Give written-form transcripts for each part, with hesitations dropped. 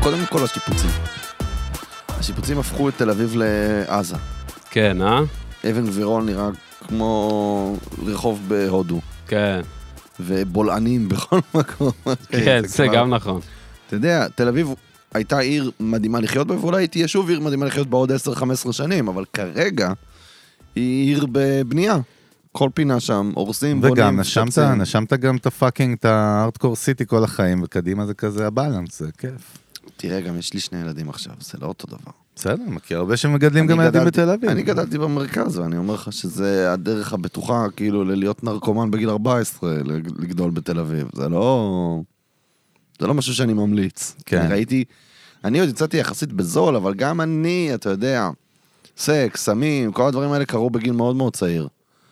קודם כל השיפוצים. השיפוצים הפכו את תל אביב לעזה. כן, אבן גבירול נראה כמו רחוב בהודו. כן. ובולענים בכל מקום. כן, זה גם נכון. אתה יודע, תל אביב הייתה עיר מדהימה לחיות בה, ואולי תהיה שוב עיר מדהימה לחיות בעוד 10-15 שנים, אבל כרגע היא עיר בבנייה. כל פינה שם, הורסים, בונים, וגם נשמת גם את הפאקינג, את הארדקור סיטי כל החיים, וקדימה זה כזה הבאלנס, זה כיף. תראה, גם יש לי 2 ילדים עכשיו, זה לא אותו דבר. בסדר, מכיר הרבה שמגדלים גם ילדים בתל אביב. אני גדלתי במרכז, ואני אומר לך שזה הדרך הבטוחה, כאילו, להיות נרקומן בגיל 14, לגדול בתל אביב. זה לא משהו שאני ממליץ. כן. אני עוד יצאתי יחסית בזול, אבל גם אני, אתה יודע, סקס, סמים, כל הדברים האלה קרו בגיל מאוד מאוד צעיר.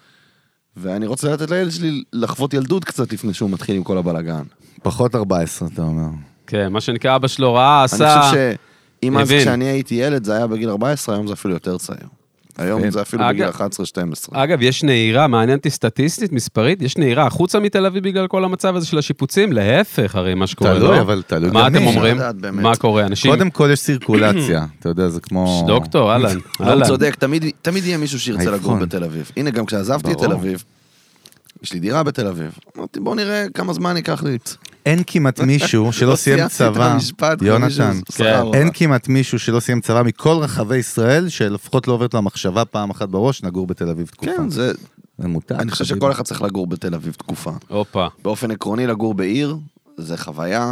ואני רוצה לתת לילד שלי לחוות ילדות קצת לפני שהוא מתחיל עם כל הבלגן. פחות 14, אתה אומר. כן, מה שנקרא אבא שלו ראה, עשה... אני חושב שאם אז כשאני הייתי ילד זה היה בגיל 14, היום זה אפילו יותר צעיר. היום זה אפילו בגיל 11-12. אגב, יש נהירה, מעניינתי סטטיסטית, מספרית, יש נהירה החוצה מתל אביב בגלל כל המצב הזה של השיפוצים, להפך, הרי מה שקורה, לא? תלוי, אבל תלוי. מה אתם אומרים? מה קורה? אנשים... קודם כל יש סירקולציה, אתה יודע, זה כמו... דוקטור, אהלן. הוא צודק, תמיד יהיה מישהו שירצה לגור בתל אביב. הנה, גם כשעזבתי את תל אביב, יש לי דירה בתל אביב. אמרתי, בוא נראה כמה זמן ייקח לי. אין כמעט מישהו שלא סיים צבא, יונתן, אין כמעט מישהו שלא סיים צבא מכל רחבי ישראל, שלפחות לא עוברת לו המחשבה פעם אחת בראש, נגור בתל אביב תקופה. כן, זה מותג. אני חושב שכל אחד צריך לגור בתל אביב תקופה. אופה. באופן עקרוני לגור בעיר, זה חוויה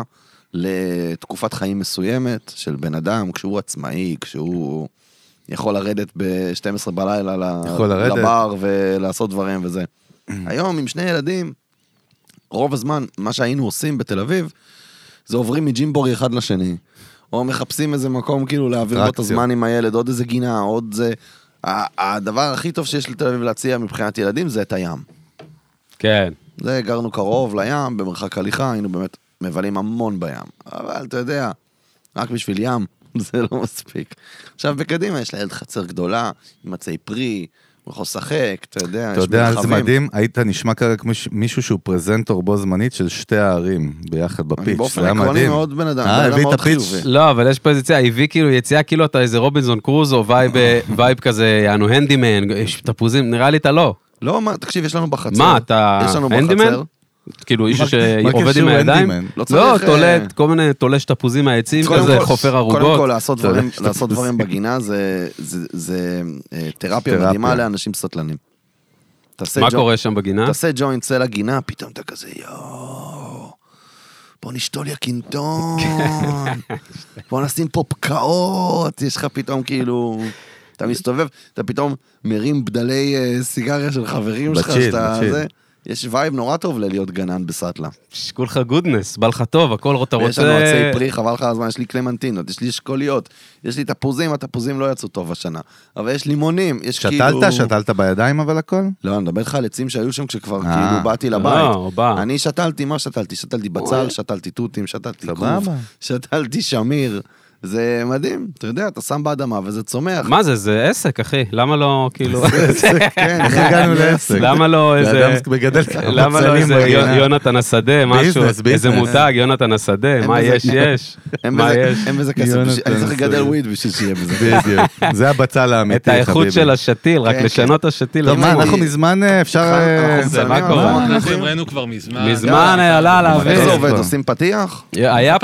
לתקופת חיים מסוימת של בן אדם, כשהוא עצמאי, כשהוא יכול לרדת ב-12 בלילה לבר ולעשות דברים וזה. היום עם 2 ילדים, רוב הזמן, מה שהיינו עושים בתל אביב, זה עוברים מג'ימבורי אחד לשני, או מחפשים איזה מקום כאילו להעביר בו את הזמן עם הילד, עוד איזה גינה, עוד זה... הדבר הכי טוב שיש לתל אביב להציע מבחינת ילדים זה את הים. כן. זה גרנו קרוב לים, במרחק הליכה, היינו באמת מבלים המון בים. אבל אתה יודע, רק בשביל ים, זה לא מספיק. עכשיו בקדימה יש לילד חצר גדולה, עם עצי פרי, הוא יכול לשחק, אתה יודע, אתה יודע, זה מדהים, היית נשמע כרגע כמו מישהו שהוא פרזנטור בו זמנית של 2 הערים ביחד בפיץ'. אני באופן עקרוני מאוד בן אדם, הביא את הפיץ'. לא, אבל יש פה איזה יציאה, הביא כאילו יציאה כאילו אתה איזה רובינזון קרוזו, וייב כזה, יענו הנדימן, יש תפוזים, נראה לי אתה לא. לא, תקשיב, יש לנו בחצר. מה, אתה הנדימן? כאילו איש שעובד עם הידיים? לא, כל מיני תולש תפוזים מהעצים כזה, חופר ערוגות. קודם כל, לעשות דברים בגינה זה תרפיה מדהימה לאנשים סטלנים. מה קורה שם בגינה? תעשה ג'וינט, צא לגינה, פתאום אתה כזה, יואו, בוא נשתול יקינטון, בוא נשים פה פקעות, יש לך פתאום כאילו, אתה מסתובב, אתה פתאום מרים בדלי סיגריה של חברים שלך, יש וייב נורא טוב להיות גנן בסטלה. שכול לך גודנס, בא לך טוב, הכל אתה רוצה... יש לנו עצי פרי, חבל לך הזמן, יש לי קלמנטינות, יש לי אשכוליות, יש לי תפוזים, התפוזים לא יצאו טוב השנה, אבל יש לימונים, יש כאילו... שתלת בידיים אבל הכל? לא, אני מדבר לך על עצים שהיו שם כשכבר כאילו באתי לבית. אני שתלתי, מה שתלתי? שתלתי בצל, שתלתי תותים, שתלתי קוף, שתלתי שמיר. זה מדהים, אתה יודע, אתה שם באדמה וזה צומח. מה זה? זה עסק, אחי. למה לא, כאילו... כן, איך הגענו לעסק? למה לא איזה... למה לא איזה יונתן השדה, משהו, איזה מותג, יונתן השדה, מה יש? מה יש? אין בזה כסף, אני צריך לגדל וויד בשביל שיהיה בזה. בדיוק, זה הבצל האמיתי. את האיכות של השתיל, רק לשנות השתיל. טוב, מה, אנחנו מזמן אפשר... זה מה קורה? אנחנו ראינו כבר מזמן. מזמן עלה להעביר. איך זה עובד? עושים פתיח? היה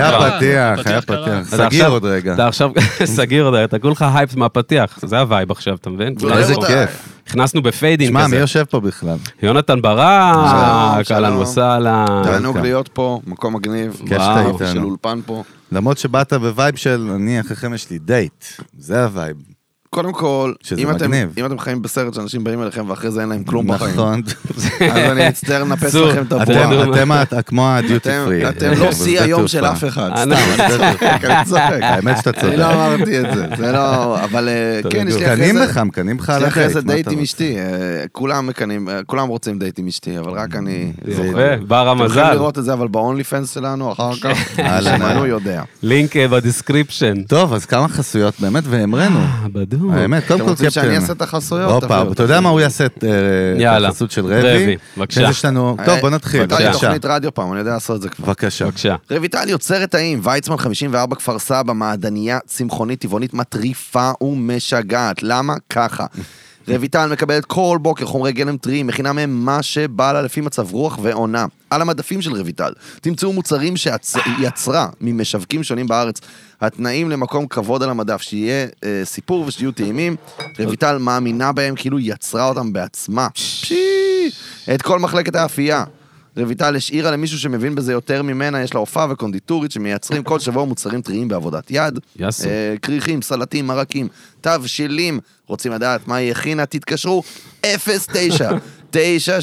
פתיח. סגיר עוד רגע. אתה עכשיו, סגיר עוד רגע, אתה כולך הייפ מהפתיח, זה הווייב עכשיו, אתה מבין? איזה כיף. הכנסנו בפיידים כזה. שמע, מי יושב פה בכלל? יונתן ברק, אהלן וסהלן. תענוג להיות פה, מקום מגניב, של אולפן פה. למרות שבאת בווייב של, אני אחריכם יש לי דייט, זה הווייב. קודם כל, אם אתם חיים בסרט שאנשים באים אליכם ואחרי זה אין להם כלום בחיים. נכון. אז אני אצטער לנפס לכם את הבועה. אתם כמו הדיוטי פרי. אתם לא שיא היום של אף אחד. סתם, אני צוחק. האמת שאתה צודק. אני לא אמרתי את זה. זה לא, אבל כן, יש קנים לך על אחרי זה דייט עם אשתי. כולם רוצים דייט עם אשתי, אבל רק אני... יפה, בר המזל. אתם יכולים לראות את זה, אבל ב-only fans שלנו, אחר כך, שמענו יודע. לינק בדיסקריפשן. טוב, אז כמה חסויות באמת, והמרנו. בדוק. האמת, קודם כל רוצים שאני אעשה את החסויות. אתה יודע מה הוא יעשה את החסות של רבי? בבקשה. טוב, בוא נתחיל. הייתה לי תוכנית רדיו פעם, אני יודע לעשות את זה כבר. בבקשה. רויטל יוצרת טעים, ויצמן 54 כפר סבא, מעדניה צמחונית טבעונית מטריפה ומשגעת. למה? ככה. רויטל מקבלת כל בוקר חומרי גלם טריים, מכינה מהם מה שבא לה לפי מצב רוח ועונה. על המדפים של רויטל תמצאו מוצרים שיצרה ממשווקים שונים בארץ. התנאים למקום כבוד על המדף, שיהיה סיפור ושיהיו טעימים. רויטל מאמינה בהם כאילו יצרה אותם בעצמה. את כל מחלקת האפייה רויטל השאירה למישהו שמבין בזה יותר ממנה, יש לה הופעה וקונדיטורית שמייצרים כל שבוע מוצרים טריים בעבודת יד. קריחים, סלטים, מרקים, תבשילים. רוצים לדעת מה היא הכינה? תתקשרו 09-963-7272,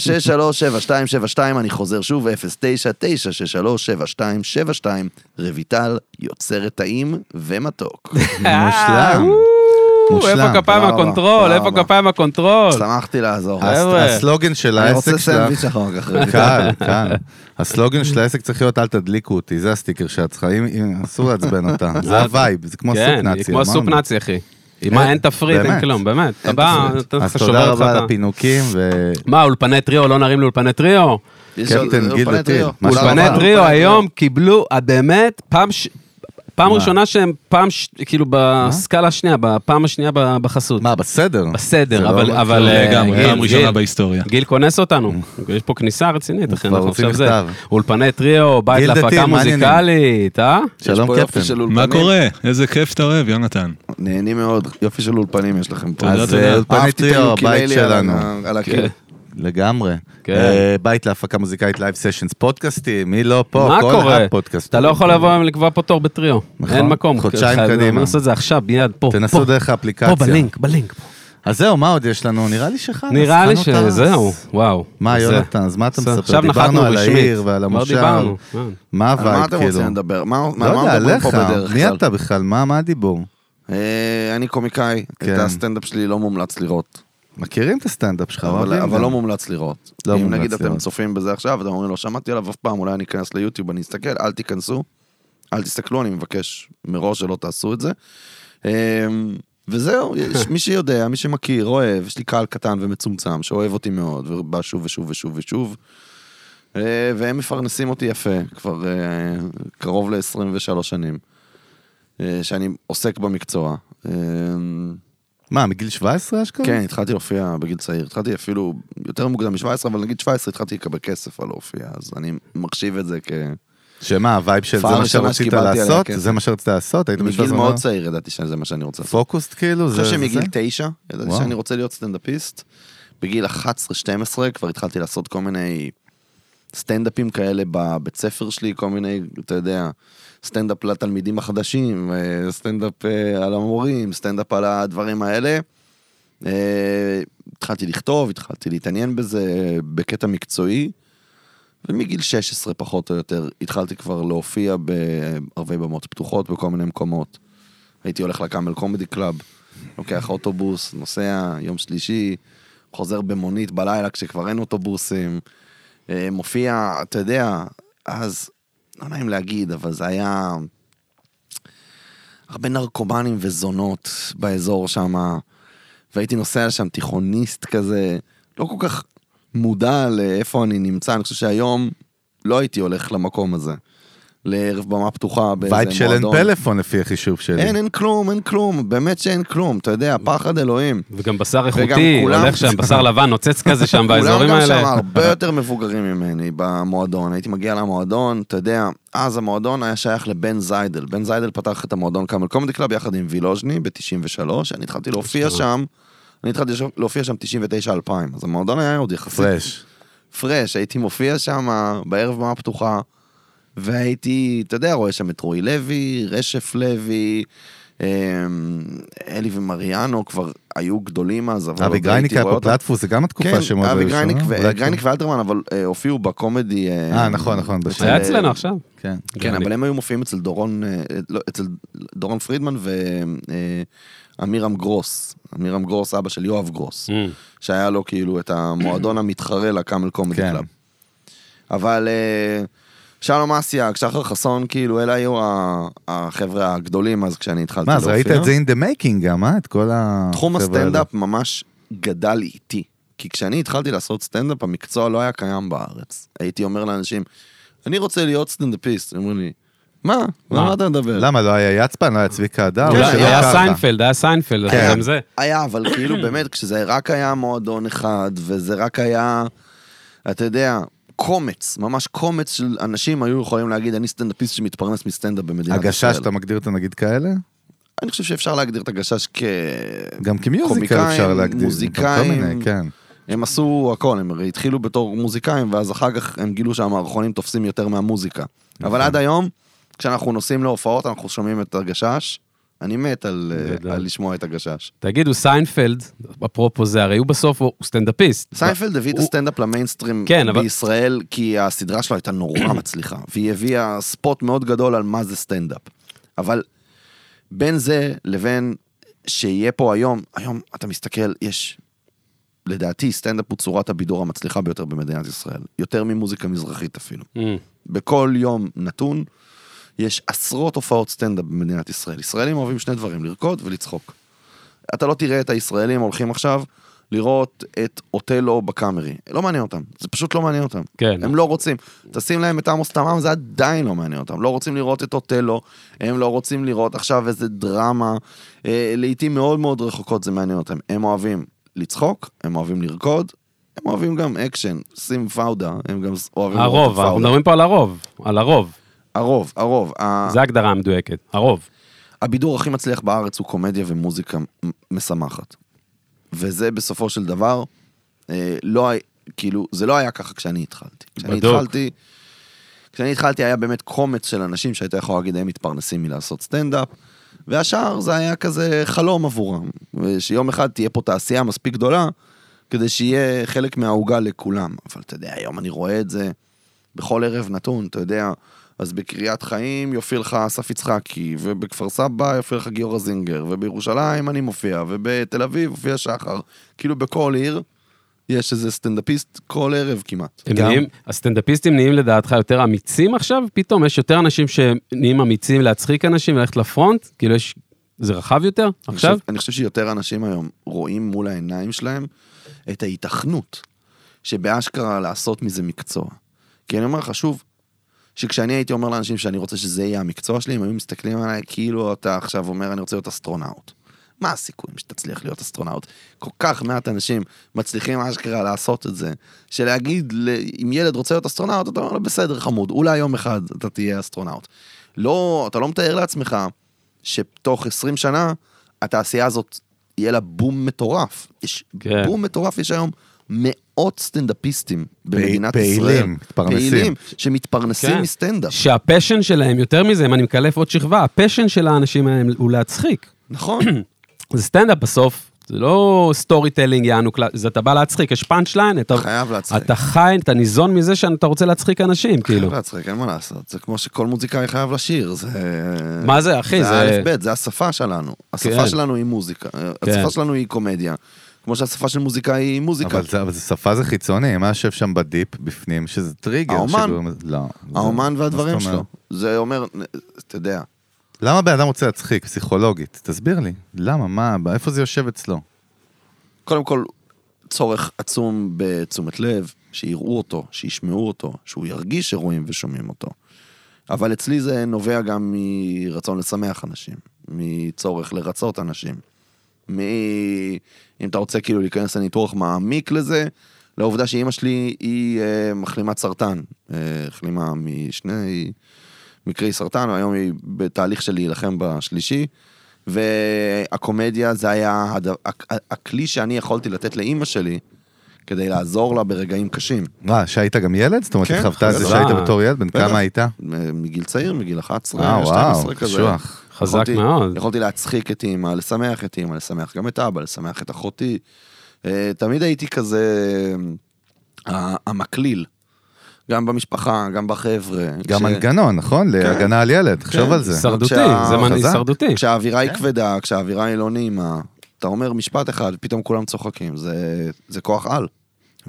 אני חוזר שוב, 09-963-7272, רויטל יוצרת טעים ומתוק. מושלם. איפה כפיים הקונטרול? איפה כפיים הקונטרול? שמחתי לעזור. הסלוגן של העסק שלך... אני רוצה סנדוויץ' אחר כך. כאן. הסלוגן של העסק צריך להיות אל תדליקו אותי, זה הסטיקר שאת צריכה, אסור לעצבן אותה. זה הווייב, זה כמו סופ נאצי. כן, כמו סופ נאצי, אחי. מה, אין תפריט, אין כלום, באמת. אז תודה רבה על הפינוקים ו... מה, אולפני טריו, לא נרים לאולפני טריו? קפטן גילדטין. אולפני טריו היום קיבלו, באמת, פעם ראשונה שהם כאילו בסקאלה השנייה, בפעם השנייה בחסות. מה, בסדר? בסדר, אבל פעם ראשונה בהיסטוריה. גיל כונס אותנו, יש פה כניסה רצינית, אחי, אנחנו עכשיו זה. אולפני טריו, בית להפקה מוזיקלית, שלום קפטן. מה קורה? איזה כיף שאתה אוהב, יונתן. נהנים מאוד, יופי של אולפנים יש לכם פה. אז אולפני טריו, הבית שלנו. על הקיר. לגמרי. בית להפקה מוזיקאית לייב סשנס, פודקאסטים, מי לא פה? מה קורה? אתה לא יכול לבוא לקבוע פה תור בטריו. אין מקום. חודשיים קדימה. נעשה את זה עכשיו, ביד, פה. תנסו דרך האפליקציה. פה, בלינק. אז זהו, מה עוד יש לנו? נראה לי שחנס. נראה לי שזהו, וואו. מה יונתן, אז מה אתה מספר? דיברנו על העיר ועל המושב. מה הווייב כאילו? מה אתם רוצים לדבר? לא יודע, עליך. מי אתה בכלל? מה הדיבור? אני קומיקאי. את הסטנדאפ שלי לא מומלץ לראות. מכירים את הסטנדאפ שלך, אבל לא מומלץ לראות. אם נגיד אתם צופים בזה עכשיו, אתם אומרים לו, שמעתי עליו אף פעם, אולי אני אכנס ליוטיוב, אני אסתכל, אל תיכנסו, אל תסתכלו, אני מבקש מראש שלא תעשו את זה. וזהו, מי שיודע, מי שמכיר, אוהב, יש לי קהל קטן ומצומצם, שאוהב אותי מאוד, ובא שוב ושוב ושוב ושוב, והם מפרנסים אותי יפה, כבר קרוב ל-23 שנים, שאני עוסק במקצוע. מה, מגיל 17 אשכרה? כן, התחלתי להופיע בגיל צעיר, התחלתי אפילו יותר מוקדם מ-17, אבל נגיד 17 התחלתי לקבל כסף על להופיע, אז אני מחשיב את זה שמה, הווייב של זה מה שרצית לעשות? זה מה שרצית לעשות? מגיל מאוד צעיר ידעתי שזה מה שאני רוצה לעשות. פוקוסט כאילו? אני חושב שמגיל 9, ידעתי שאני רוצה להיות סטנדאפיסט, בגיל 11-12 כבר התחלתי לעשות כל מיני סטנדאפים כאלה בבית ספר שלי, כל מיני, אתה יודע, סטנדאפ לתלמידים החדשים, סטנדאפ על המורים, סטנדאפ על הדברים האלה. התחלתי לכתוב, התחלתי להתעניין בזה בקטע מקצועי, ומגיל 16 פחות או יותר התחלתי כבר להופיע בערבי במות פתוחות בכל מיני מקומות. הייתי הולך לקאמל קומדי קלאב, לוקח אוטובוס, נוסע יום שלישי, חוזר במונית בלילה כשכבר אין אוטובוסים, מופיע, אתה יודע, אז לא נעים להגיד, אבל זה היה הרבה נרקומנים וזונות באזור שם, והייתי נוסע שם תיכוניסט כזה, לא כל כך מודע לאיפה אני נמצא, אני חושב שהיום לא הייתי הולך למקום הזה, לערב במה פתוחה באיזה מועדון. וייב של אין פלאפון לפי החישוב שלי. אין כלום, באמת שאין כלום, אתה יודע, פחד אלוהים. וגם בשר איכותי, הולך שם, בשר לבן, נוצץ כזה שם באזורים האלה. כולם גם שם הרבה יותר מבוגרים ממני במועדון, הייתי מגיע למועדון, אתה יודע, אז המועדון היה שייך לבן זיידל, בן זיידל פתח את המועדון קאמל קומדי קלאב יחד עם וילוז'ני ב-93, אני התחלתי להופיע שם, 99-2000, אז המועדון היה עוד יחסית. פרש, הייתי מופיע שם בערב במה פתוחה, והייתי, אתה יודע, רואה שם את רועי לוי, רשף לוי, אלי ומריאנו כבר היו גדולים אז, אבל אבי גרייניק היה פה פלטפוס, זה גם התקופה שמות. כן, אבי גרייניק ואלתרמן, אבל הופיעו בקומדי. נכון. היה אצלנו עכשיו. כן, אבל הם היו מופיעים אצל דורון פרידמן ואמירם גרוס, אמירם גרוס, אבא של יואב גרוס, שהיה לו כאילו את המועדון המתחרה לקאמל קומדי קלאב. אבל שלום אסיה, שחר חסון, כאילו, אלה היו החבר'ה הגדולים אז כשאני התחלתי להופיע. מה, אז ראית את זה in the making גם, את כל החבר'ה. תחום הסטנדאפ ממש גדל איתי. כי כשאני התחלתי לעשות סטנדאפ, המקצוע לא היה קיים בארץ. הייתי אומר לאנשים, אני רוצה להיות סטנדאפיסט. הם אומרים לי, מה אתה מדבר? למה, לא היה יצפן, לא היה צביקה הדר? היה סיינפלד, גם זה. היה, אבל כאילו באמת, כשזה רק היה מועדון אחד, וזה רק היה, אתה יודע, קומץ, ממש קומץ של אנשים היו יכולים להגיד, אני סטנדאפיסט שמתפרנס מסטנדאפ במדינת ישראל. הגשש, אתה מגדיר אותו נגיד כאלה? אני חושב שאפשר להגדיר את הגשש גם כמיוזיקל אפשר להגדיר. מוזיקאים, הם עשו הכל, הם התחילו בתור מוזיקאים, ואז אחר כך הם גילו שהמערכונים תופסים יותר מהמוזיקה. אבל עד היום, כשאנחנו נוסעים להופעות, אנחנו שומעים את הגשש, אני מת על לשמוע את הגשש. תגידו, סיינפלד, אפרופו זה, הרי הוא בסוף הוא סטנדאפיסט. סיינפלד הביא את הסטנדאפ למיינסטרים בישראל, כי הסדרה שלו הייתה נורא מצליחה, והיא הביאה ספוט מאוד גדול על מה זה סטנדאפ. אבל בין זה לבין שיהיה פה היום אתה מסתכל, יש, לדעתי, סטנדאפ הוא צורת הבידור המצליחה ביותר במדינת ישראל, יותר ממוזיקה מזרחית אפילו. בכל יום נתון, יש עשרות הופעות סטנדאפ במדינת ישראל. ישראלים אוהבים שני דברים, לרקוד ולצחוק. אתה לא תראה את הישראלים הולכים עכשיו לראות את אוטלו בקאמרי. לא מעניין אותם, זה פשוט לא מעניין אותם. כן. הם לא רוצים. תשים להם את עמוס תמם, זה עדיין לא מעניין אותם. לא רוצים לראות את אוטלו, הם לא רוצים לראות עכשיו איזה דרמה. לעתים מאוד מאוד רחוקות זה מעניין אותם. הם אוהבים לצחוק, הם אוהבים לרקוד, הם אוהבים גם אקשן, שים פאודה, הם גם אוהבים לראות את פאודה. אנחנו מדברים פה על הרוב. הרוב. זה הגדרה המדויקת, הרוב. הבידור הכי מצליח בארץ הוא קומדיה ומוזיקה משמחת. וזה בסופו של דבר, כאילו, זה לא היה ככה כשאני התחלתי. כשאני התחלתי היה באמת קומץ של אנשים שהייתה יכולה להגיד, הם מתפרנסים מלעשות סטנדאפ, והשאר זה היה כזה חלום עבורם. ושיום אחד תהיה פה תעשייה מספיק גדולה, כדי שיהיה חלק מההוגה לכולם. אבל אתה יודע, היום אני רואה את זה בכל ערב נתון, אתה יודע, אז בקריית חיים יופיע לך אסף יצחקי, ובכפר סבא יופיע לך גיורא זינגר, ובירושלים אני מופיע, ובתל אביב מופיע שחר. כאילו בכל עיר יש איזה סטנדאפיסט כל ערב כמעט. הסטנדאפיסטים נהיים לדעתך יותר אמיצים עכשיו? פתאום יש יותר אנשים שנהיים אמיצים להצחיק אנשים וללכת לפרונט? כאילו זה רחב יותר עכשיו? אני חושב שיותר אנשים היום רואים מול העיניים שלהם את ההיתכנות שבאשכרה לעשות מזה מקצוע. כי אני אומר לך שוב, שכשאני הייתי אומר לאנשים שאני רוצה שזה יהיה המקצוע שלי, הם היו מסתכלים עליי כאילו אתה עכשיו אומר אני רוצה להיות אסטרונאוט. מה הסיכויים שתצליח להיות אסטרונאוט? כל כך מעט אנשים מצליחים אשכרה לעשות את זה, שלהגיד אם ילד רוצה להיות אסטרונאוט, אתה אומר לו בסדר חמוד, אולי יום אחד אתה תהיה אסטרונאוט. לא, אתה לא מתאר לעצמך שתוך 20 שנה התעשייה הזאת יהיה לה בום מטורף. יש בום מטורף, יש היום מאות סטנדאפיסטים במדינת ישראל. פעילים, שמתפרנסים מסטנדאפ. שהפשן שלהם, יותר מזה, אם אני מקלף עוד שכבה, הפשן של האנשים האלה הוא להצחיק. נכון. זה סטנדאפ בסוף, זה לא סטורי טלינג יענו, זה אתה בא להצחיק, יש פאנץ' ליין, אתה חייב להצחיק. אתה חי, אתה ניזון מזה שאתה רוצה להצחיק אנשים, כאילו. חייב להצחיק, אין מה לעשות, זה כמו שכל מוזיקאי חייב לשיר, זה... מה זה, אחי? זה א' ב', זה השפה שלנו. השפה שלנו היא מוזיקה, השפה שלנו היא קומדיה. כמו שהשפה של מוזיקה היא מוזיקה. אבל שפה זה חיצוני, מה יושב שם בדיפ בפנים, שזה טריגר. האומן והדברים שלו. זה אומר, אתה יודע. למה בן אדם רוצה להצחיק, פסיכולוגית? תסביר לי. למה? מה? איפה זה יושב אצלו? קודם כל, צורך עצום בתשומת לב, שיראו אותו, שישמעו אותו, שהוא ירגיש שרואים ושומעים אותו. אבל אצלי זה נובע גם מרצון לשמח אנשים, מצורך לרצות אנשים. אם אתה רוצה כאילו להיכנס לניתוח מעמיק לזה, לעובדה שאמא שלי היא מחלימת סרטן, החלימה משני מקרי סרטן, והיום היא בתהליך של להילחם בשלישי, והקומדיה זה היה הכלי שאני יכולתי לתת לאמא שלי, כדי לעזור לה ברגעים קשים. מה, שהיית גם ילד? זאת אומרת, חוותה את זה שהיית בתור ילד? בן כמה היית? מגיל צעיר, מגיל 11, 12 כזה. קשוח. חזק מאוד. יכולתי להצחיק את אמא, לשמח את אמא, לשמח גם את אבא, לשמח את אחותי. תמיד הייתי כזה המקליל. גם במשפחה, גם בחבר'ה. גם מנגנון, נכון? להגנה על ילד, חשוב על זה. שרדותי, זה הישרדותי. כשהאווירה היא כבדה, כשהאווירה היא לא נעימה, אתה אומר משפט אחד, פתאום כולם צוחקים, זה כוח על.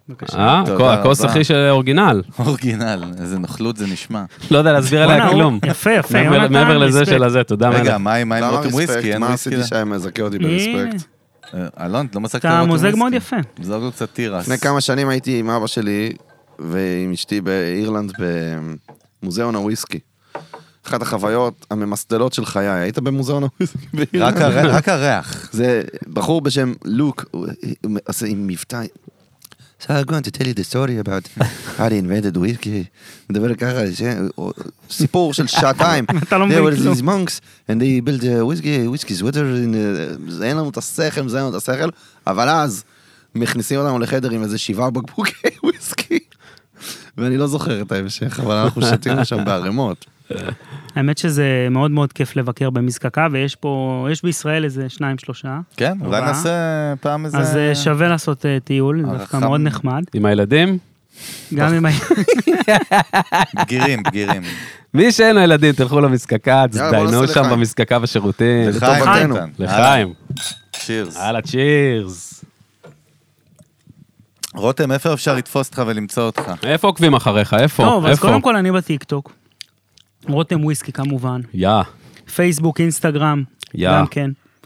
בבקשה. הכוס הכי של אורגינל. אורגינל, איזה נוכלות זה נשמע. לא יודע להסביר עליה כלום. יפה, יונתן. מעבר לזה של הזה, תודה מלך. רגע, מה עם רותם וויסקי? מה עשיתי שהיה מזכה אותי ברספקט? אלון, לא מסקת אתה מוזג מאוד יפה. זה עוד קצת טירס. לפני כמה שנים הייתי עם אבא שלי ועם אשתי באירלנד במוזיאון הוויסקי. אחת החוויות הממסדלות של חיי. היית במוזיאון הוויסקי באירלנד? רק הריח. זה בחור בשם לוק, עושה עם מבטא. So I'm going to tell you the story about how they invented whiskey. מדבר ככה, סיפור של שעתיים. אתה לא מבין כלום. There were these monks and they built whiskey sweater. אין לנו את השכל, זה אין לנו את השכל. אבל אז מכניסים אותנו לחדר עם איזה 7 בקבוקי וויסקי. ואני לא זוכר את ההמשך, אבל אנחנו שתינו שם בערימות. האמת שזה מאוד מאוד כיף לבקר במזקקה, ויש בישראל איזה 2-3. כן, אולי נעשה פעם איזה... אז שווה לעשות טיול, זה דווקא מאוד נחמד. עם הילדים? גם עם בגירים. מי שאין לו ילדים, תלכו למזקקה, תזדיינו שם במזקקה בשירותים. לחיים. לחיים. צ'ירס. הלאה, צ'ירס. רותם, איפה אפשר לתפוס אותך ולמצוא אותך? איפה עוקבים אחריך? איפה? טוב, אז קודם כל אני בטיקטוק. רותם וויסקי כמובן. פייסבוק, אינסטגרם. גם כן.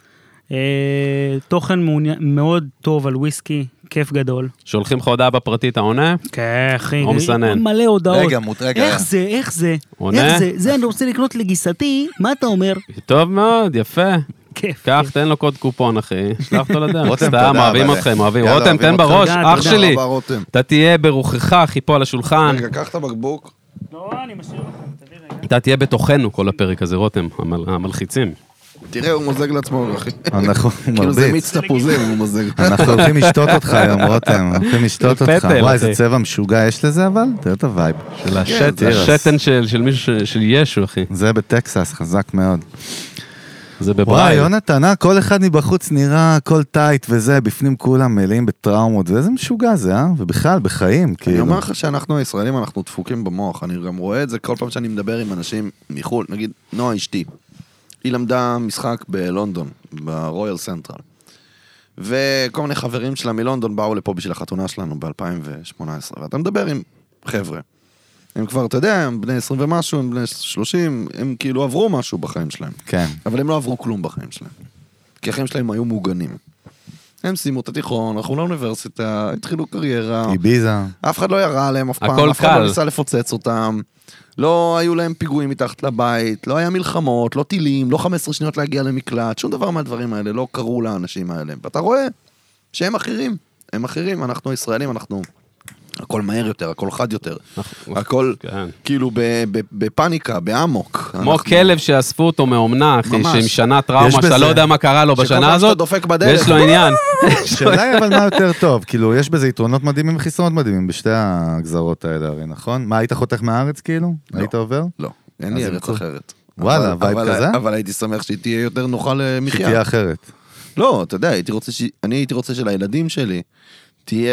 תוכן מאוד טוב על וויסקי, כיף גדול. שולחים לך הודעה בפרטית, העונה? כן, אחי. או מסנן. מלא הודעות. רגע. איך זה? עונה? זה אני רוצה לקנות לגיסתי, מה אתה אומר? טוב מאוד, יפה. כיף. קח, תן לו קוד קופון, אחי. שלח אותו לדרך. רותם, סתם, תודה. אוהבים אתכם, אוהבים. רותם, תן בראש, אח שלי. תודה רבה, רותם. אתה תהיה ברוחך, אחי, פה על השולחן. רגע, קח את הבקבוק. לא, אני משאיר לכם, תביא רגע. אתה תהיה בתוכנו כל הפרק הזה, רותם, המלחיצים. תראה, הוא מוזג לעצמו, אחי. אנחנו כאילו זה מרביץ. מיץ תפוזים, הוא מוזג. אנחנו הולכים לשתות אותך היום, רותם. הולכים לשתות אותך. פטל, וואי, אחי. איזה צבע משוגע יש לזה, אבל? תראה את הווייב. של השתן של מישהו, של ישו, אחי. זה בטקסס, חזק מאוד. זה וואי, בברייל. יונתן, כל אחד מבחוץ נראה הכל טייט וזה, בפנים כולם מלאים בטראומות, ואיזה משוגע זה, ובכלל, בחיים, אני כאילו. אומר לך שאנחנו הישראלים, אנחנו דפוקים במוח, אני גם רואה את זה כל פעם שאני מדבר עם אנשים מחול, נגיד, נועה אשתי, היא למדה משחק בלונדון, ברויאל סנטרל, וכל מיני חברים שלה מלונדון באו לפה בשביל החתונה שלנו ב-2018, ואתה מדבר עם חבר'ה, הם כבר, אתה יודע, הם בני 20 ומשהו, הם בני 30, הם כאילו עברו משהו בחיים שלהם. כן. אבל הם לא עברו כלום בחיים שלהם. כי החיים שלהם היו מוגנים. הם סיימו את התיכון, הלכו לאוניברסיטה, התחילו קריירה. איביזה. אף אחד לא ירה עליהם אף פעם, הכל אף אחד קל. לא ניסה לפוצץ אותם. לא היו להם פיגועים מתחת לבית, לא היה מלחמות, לא טילים, לא 15 שניות להגיע למקלט, שום דבר מהדברים האלה לא קרו לאנשים האלה. ואתה רואה שהם אחרים, הם אחרים, אנחנו ישראלים, אנחנו... הכל מהר יותר, הכל חד יותר, הכל כאילו בפניקה, באמוק. כמו כלב שאספו אותו מאומנה, אחי, שעם שנה טראומה, שאתה לא יודע מה קרה לו בשנה הזאת, שאתה דופק בדרך. יש לו עניין. שאלה היא אבל מה יותר טוב, כאילו יש בזה יתרונות מדהימים וחסרונות מדהימים בשתי הגזרות האלה, הרי נכון? מה, היית חותך מהארץ כאילו? היית עובר? לא, אין לי ארץ אחרת. וואלה, וייב כזה? אבל הייתי שמח שהיא תהיה יותר נוחה למחיה. שתהיה אחרת. לא, אתה יודע, אני הייתי רוצה שלילדים שלי תהיה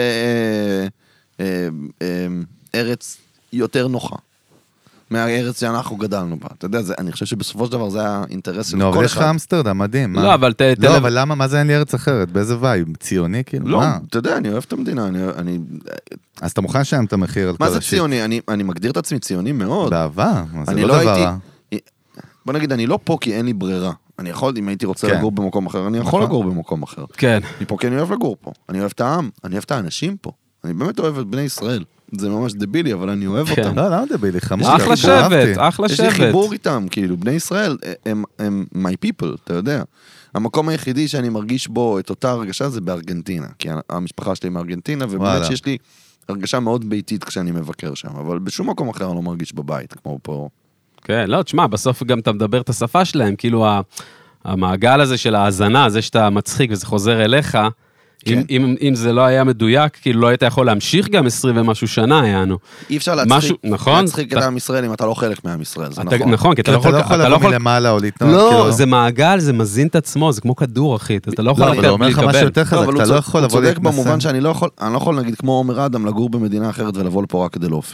ארץ יותר נוחה. מהארץ שאנחנו גדלנו בה. אתה יודע, אני חושב שבסופו של דבר זה האינטרס של כל אחד. לא, יש לך אמסטרדם, מדהים. לא, אבל לא, אבל למה, מה זה אין לי ארץ אחרת? באיזה וייב? ציוני כאילו? לא, אתה יודע, אני אוהב את המדינה, אז אתה מוכן לשלם את המחיר על כל מה השיט? זה ציוני? אני מגדיר את עצמי ציוני מאוד. באהבה, זה אני לא דבר רע. בוא נגיד, אני לא פה כי אין לי ברירה. אני יכול, אם הייתי רוצה כן. לגור במקום אחר, אני יכול לגור במקום אחר. כן. אני פה כי אני אוהב לגור פה. אני אוהב את העם, אני אוהב את האנשים פה. אני באמת אוהב את בני ישראל. זה ממש דבילי, אבל אני אוהב אותם. לא, למה דבילי? חמוד. אחלה שבט, אחלה יש לי שבט. חיבור איתם, כאילו, בני ישראל הם my people, אתה יודע. המקום היחידי שאני מרגיש בו את אותה הרגשה זה בארגנטינה, כי המשפחה שלי מארגנטינה, ובאמת שיש לי הרגשה מאוד ביתית כשאני מבקר שם, אבל בשום מקום אחר אני לא מרגיש בבית, כמו פה. כן, לא, תשמע, בסוף גם אתה מדבר את השפה שלהם, כאילו המעגל הזה של ההאזנה, זה שאתה מצחיק וזה חוזר אליך, אם זה לא היה מדויק, כאילו לא היית יכול להמשיך גם 20 ומשהו שנה, יענו. אי אפשר להצחיק את העם ישראל אם אתה לא חלק מעם ישראל, זה נכון. נכון, כי אתה אתה לא יכול לבוא מלמעלה או להתנוע. לא, זה מעגל, זה מזין את עצמו, זה כמו כדור, אחי, אתה לא יכול לא, אבל הוא אומר לך משהו יותר חזק, אתה לא יכול לבוא להתנסה. הוא צודק במובן להתנסה. שאני לא יכול נגיד כמו עומר אדם, לגור במדינה אחרת ולבוא לפה רק כדי להופיע.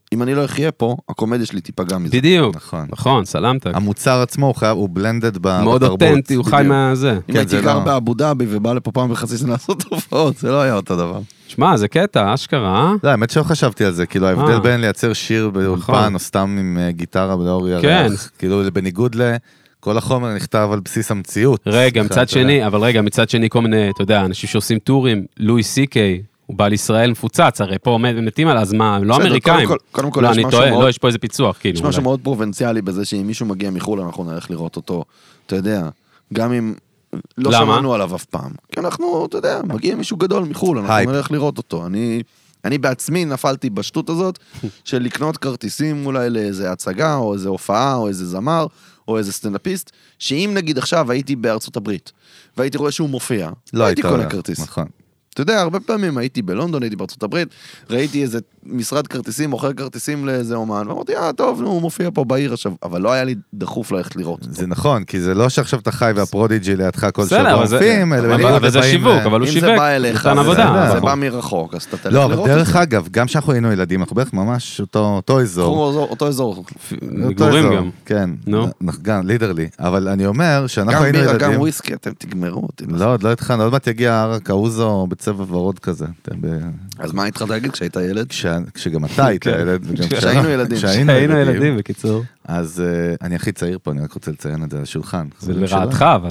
אם אני לא אחיה פה, הקומדיה שלי תיפגע מזה. בדיוק, נכון, סלמת. המוצר עצמו הוא בלנדד בתרבות. מאוד אותנטי, הוא חי מהזה. אם הייתי גר באבו דאבי ובא לפה פעם בחצי שנה לעשות הופעות, זה לא היה אותו דבר. שמע, זה קטע, אשכרה. לא, האמת שלא חשבתי על זה, כאילו ההבדל בין לייצר שיר באולפן, או סתם עם גיטרה ולאור ירח, כאילו בניגוד כל החומר נכתב על בסיס המציאות. רגע, מצד שני, כל מיני, אתה יודע, אנשים שעושים טורים, לואי סי-קיי, הוא בא לישראל מפוצץ, הרי פה מתים על אז מה, הם לא אמריקאים. קודם כל, לא, אני טועה, לא, יש פה איזה פיצוח, כאילו. יש משהו מאוד פרובינציאלי בזה שאם מישהו מגיע מחול, אנחנו נלך לראות אותו, אתה יודע, גם אם לא שמענו עליו אף פעם. כי אנחנו, אתה יודע, מגיע מישהו גדול מחול, אנחנו נלך לראות אותו. אני בעצמי נפלתי בשטות הזאת, של לקנות כרטיסים אולי לאיזה הצגה, או איזה הופעה, או איזה זמר, או איזה סטנדאפיסט, שאם נגיד עכשיו הייתי בארצות הברית, והייתי רואה שהוא מופיע, לא הייתי קונה כרטיס. נכון. אתה יודע, הרבה פעמים הייתי בלונדון, הייתי בארצות הברית, ראיתי איזה משרד כרטיסים, מוכר כרטיסים לאיזה אומן, ואמרתי, טוב, הוא מופיע פה בעיר עכשיו, אבל לא היה לי דחוף ללכת לראות אותו. זה נכון, כי זה לא שעכשיו אתה חי והפרודיג'י לידך כל שבוע מופיעים, אבל זה שיווק, אבל הוא שיווק, אם זה בא אליך, זה בא מרחוק, אז אתה תלך לראות. לא, אבל דרך אגב, גם שאנחנו היינו ילדים, אנחנו בערך ממש אותו אזור. אותו אזור. מגורים גם. כן, גם, לידרלי. אבל אני אומר שאנחנו היינו ילדים. גם וויסקי, אתם תגמרו אותי. לא, עוד לא התחלנו, עוד מעט יגיע ערק האוזו בצבע ורוד כזה. אז מה התחלת להגיד כשהיית ילד? כשגם אתה היית ילד. כשהיינו ילדים. כשהיינו ילדים, בקיצור. אז אני הכי צעיר פה, אני רק רוצה לציין את זה על השולחן. זה לרעתך, אבל.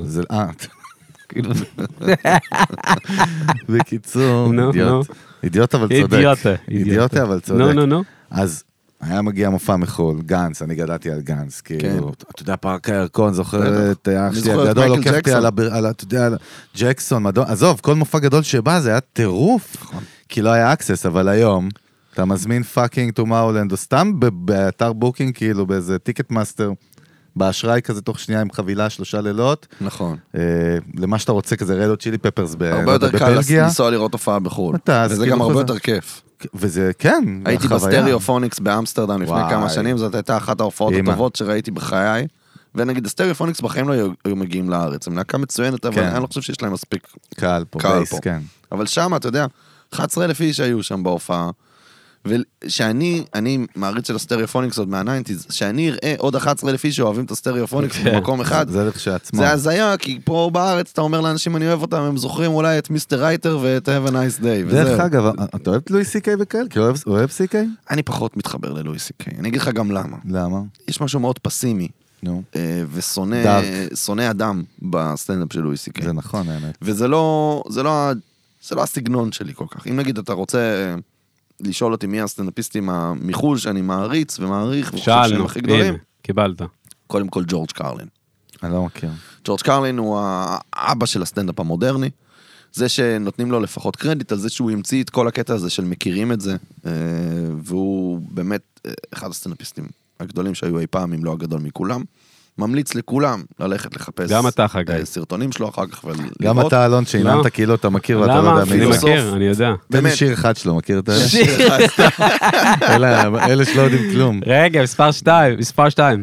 בקיצור, אידיוט אבל צודק. אידיוט אבל צודק. אז היה מגיע מופע מחול, גנץ, אני גדלתי על גנץ, כאילו, אתה יודע, פארק הירקון, זוכר את אח שלי הגדול, לוקח אותי על, אתה יודע, ג'קסון, עזוב, כל מופע גדול שבא, זה היה טירוף, כי לא היה אקסס, אבל היום, אתה מזמין פאקינג טומארולנד, או סתם באתר בוקינג, כאילו, באיזה טיקט מאסטר, באשראי כזה תוך שנייה עם חבילה 3 לילות. נכון. למה שאתה רוצה, כזה רדו צ'ילי פפרס בבלגיה. הרבה יותר קל לנסוע לראות הופעה בחול. וזה גם הרבה יותר כיף. וזה, כן, הייתי בסטריאופוניקס באמסטרדם לפני כמה שנים, זאת הייתה אחת ההופעות הטובות שראיתי בחיי, ונגיד, הסטריאופוניקס בחיים לא היו מגיעים לארץ, הם להקה מצוינת, אבל אני לא חושב שיש להם מספיק קהל פה. אבל שם, אתה יודע, 11,000 איש היו שם בהופעה, ושאני מעריץ של הסטריאופוניקס עוד מה-90s, שאני אראה עוד 11,000 איש שאוהבים את הסטריאופוניקס במקום אחד, זה הזיה, כי פה בארץ אתה אומר לאנשים אני אוהב אותם, הם זוכרים אולי את מיסטר רייטר ואת Have a nice day. דרך אגב, אתה אוהב את לואי סי-קיי וכאלה? כי אוהב סי-קיי? אני פחות מתחבר ללואי סי-קיי, אני אגיד לך גם למה. למה? יש משהו מאוד פסימי, ושונא אדם בסטנדאפ של לואי סי-קיי. זה נכון, האמת. וזה לא הסגנון שלי כל כך. אם נגיד אתה רוצה לשאול אותי מי הסטנדאפיסטים מחול שאני מעריץ ומעריך וחושב שהם הכי גדולים. קיבלת. קודם כל ג'ורג' קרלין. אני לא מכיר. ג'ורג' קרלין הוא האבא של הסטנדאפ המודרני. זה שנותנים לו לפחות קרדיט על זה שהוא המציא את כל הקטע הזה של מכירים את זה. והוא באמת אחד הסטנדאפיסטים הגדולים שהיו אי פעם, אם לא הגדול מכולם. ממליץ לכולם ללכת לחפש גם אתה חגי סרטונים שלו אחר כך ולראות. גם אתה אלון שהננת כאילו אתה מכיר ואתה לא יודע מי. אני מכיר, אני יודע. תן לי שיר אחד שלו, מכיר את זה? שיר אחד. אלה שלא יודעים כלום. רגע, מספר 2.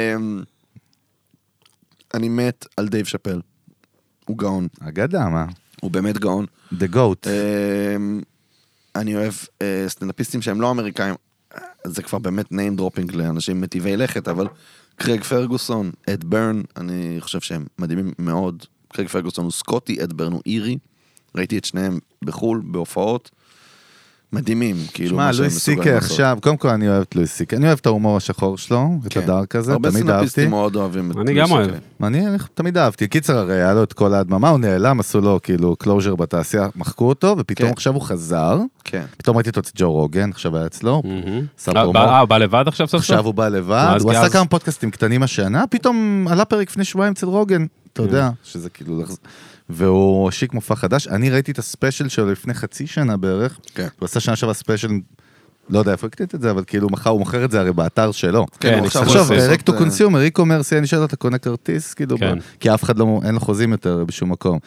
אני מת על דייב שאפל. הוא גאון. אגדה, מה? הוא באמת גאון. The Goat. אני אוהב סטנדאפיסטים שהם לא אמריקאים. זה כבר באמת name dropping לאנשים מטיבי לכת, אבל קרייג פרגוסון, אד ברן, אני חושב שהם מדהימים מאוד. קרייג פרגוסון הוא סקוטי, אד ברן הוא אירי. ראיתי את שניהם בחול, בהופעות. מדהימים, כאילו. שמע, לואי סי-קיי עכשיו, קודם כל אני אוהב את לואי סי-קיי. אני אוהב את ההומור השחור שלו, את הדארק הזה, תמיד אהבתי. הרבה סטנדאפיסטים מאוד אוהבים את לואי סי-קיי. אני גם אוהב. אני תמיד אהבתי. קיצר הרי היה לו את כל ההדממה, הוא נעלם, עשו לו כאילו קלוז'ר בתעשייה, מחקו אותו, ופתאום עכשיו הוא חזר. פתאום ראיתי אותו את ג'ו רוגן, עכשיו היה אצלו. הוא בא לבד עכשיו סוף סוף? עכשיו הוא בא לבד, הוא עשה כמה פודקאסטים קטנים השנה, פתאום עלה פרק לפני שבועיים אצל רוגן, אתה יודע, שזה כאילו, והוא השיק מופע חדש, אני ראיתי את הספיישל שלו לפני חצי שנה בערך, הוא עשה שנה שווה ספיישל, לא יודע איפה הקטית את זה, אבל כאילו הוא מוכר את זה הרי באתר שלו. עכשיו, direct to consumer, אי-קומרסי, אני שאלה, אתה קונה כרטיס, כאילו, כי אף אחד אין לו חוזים יותר בשום מקום.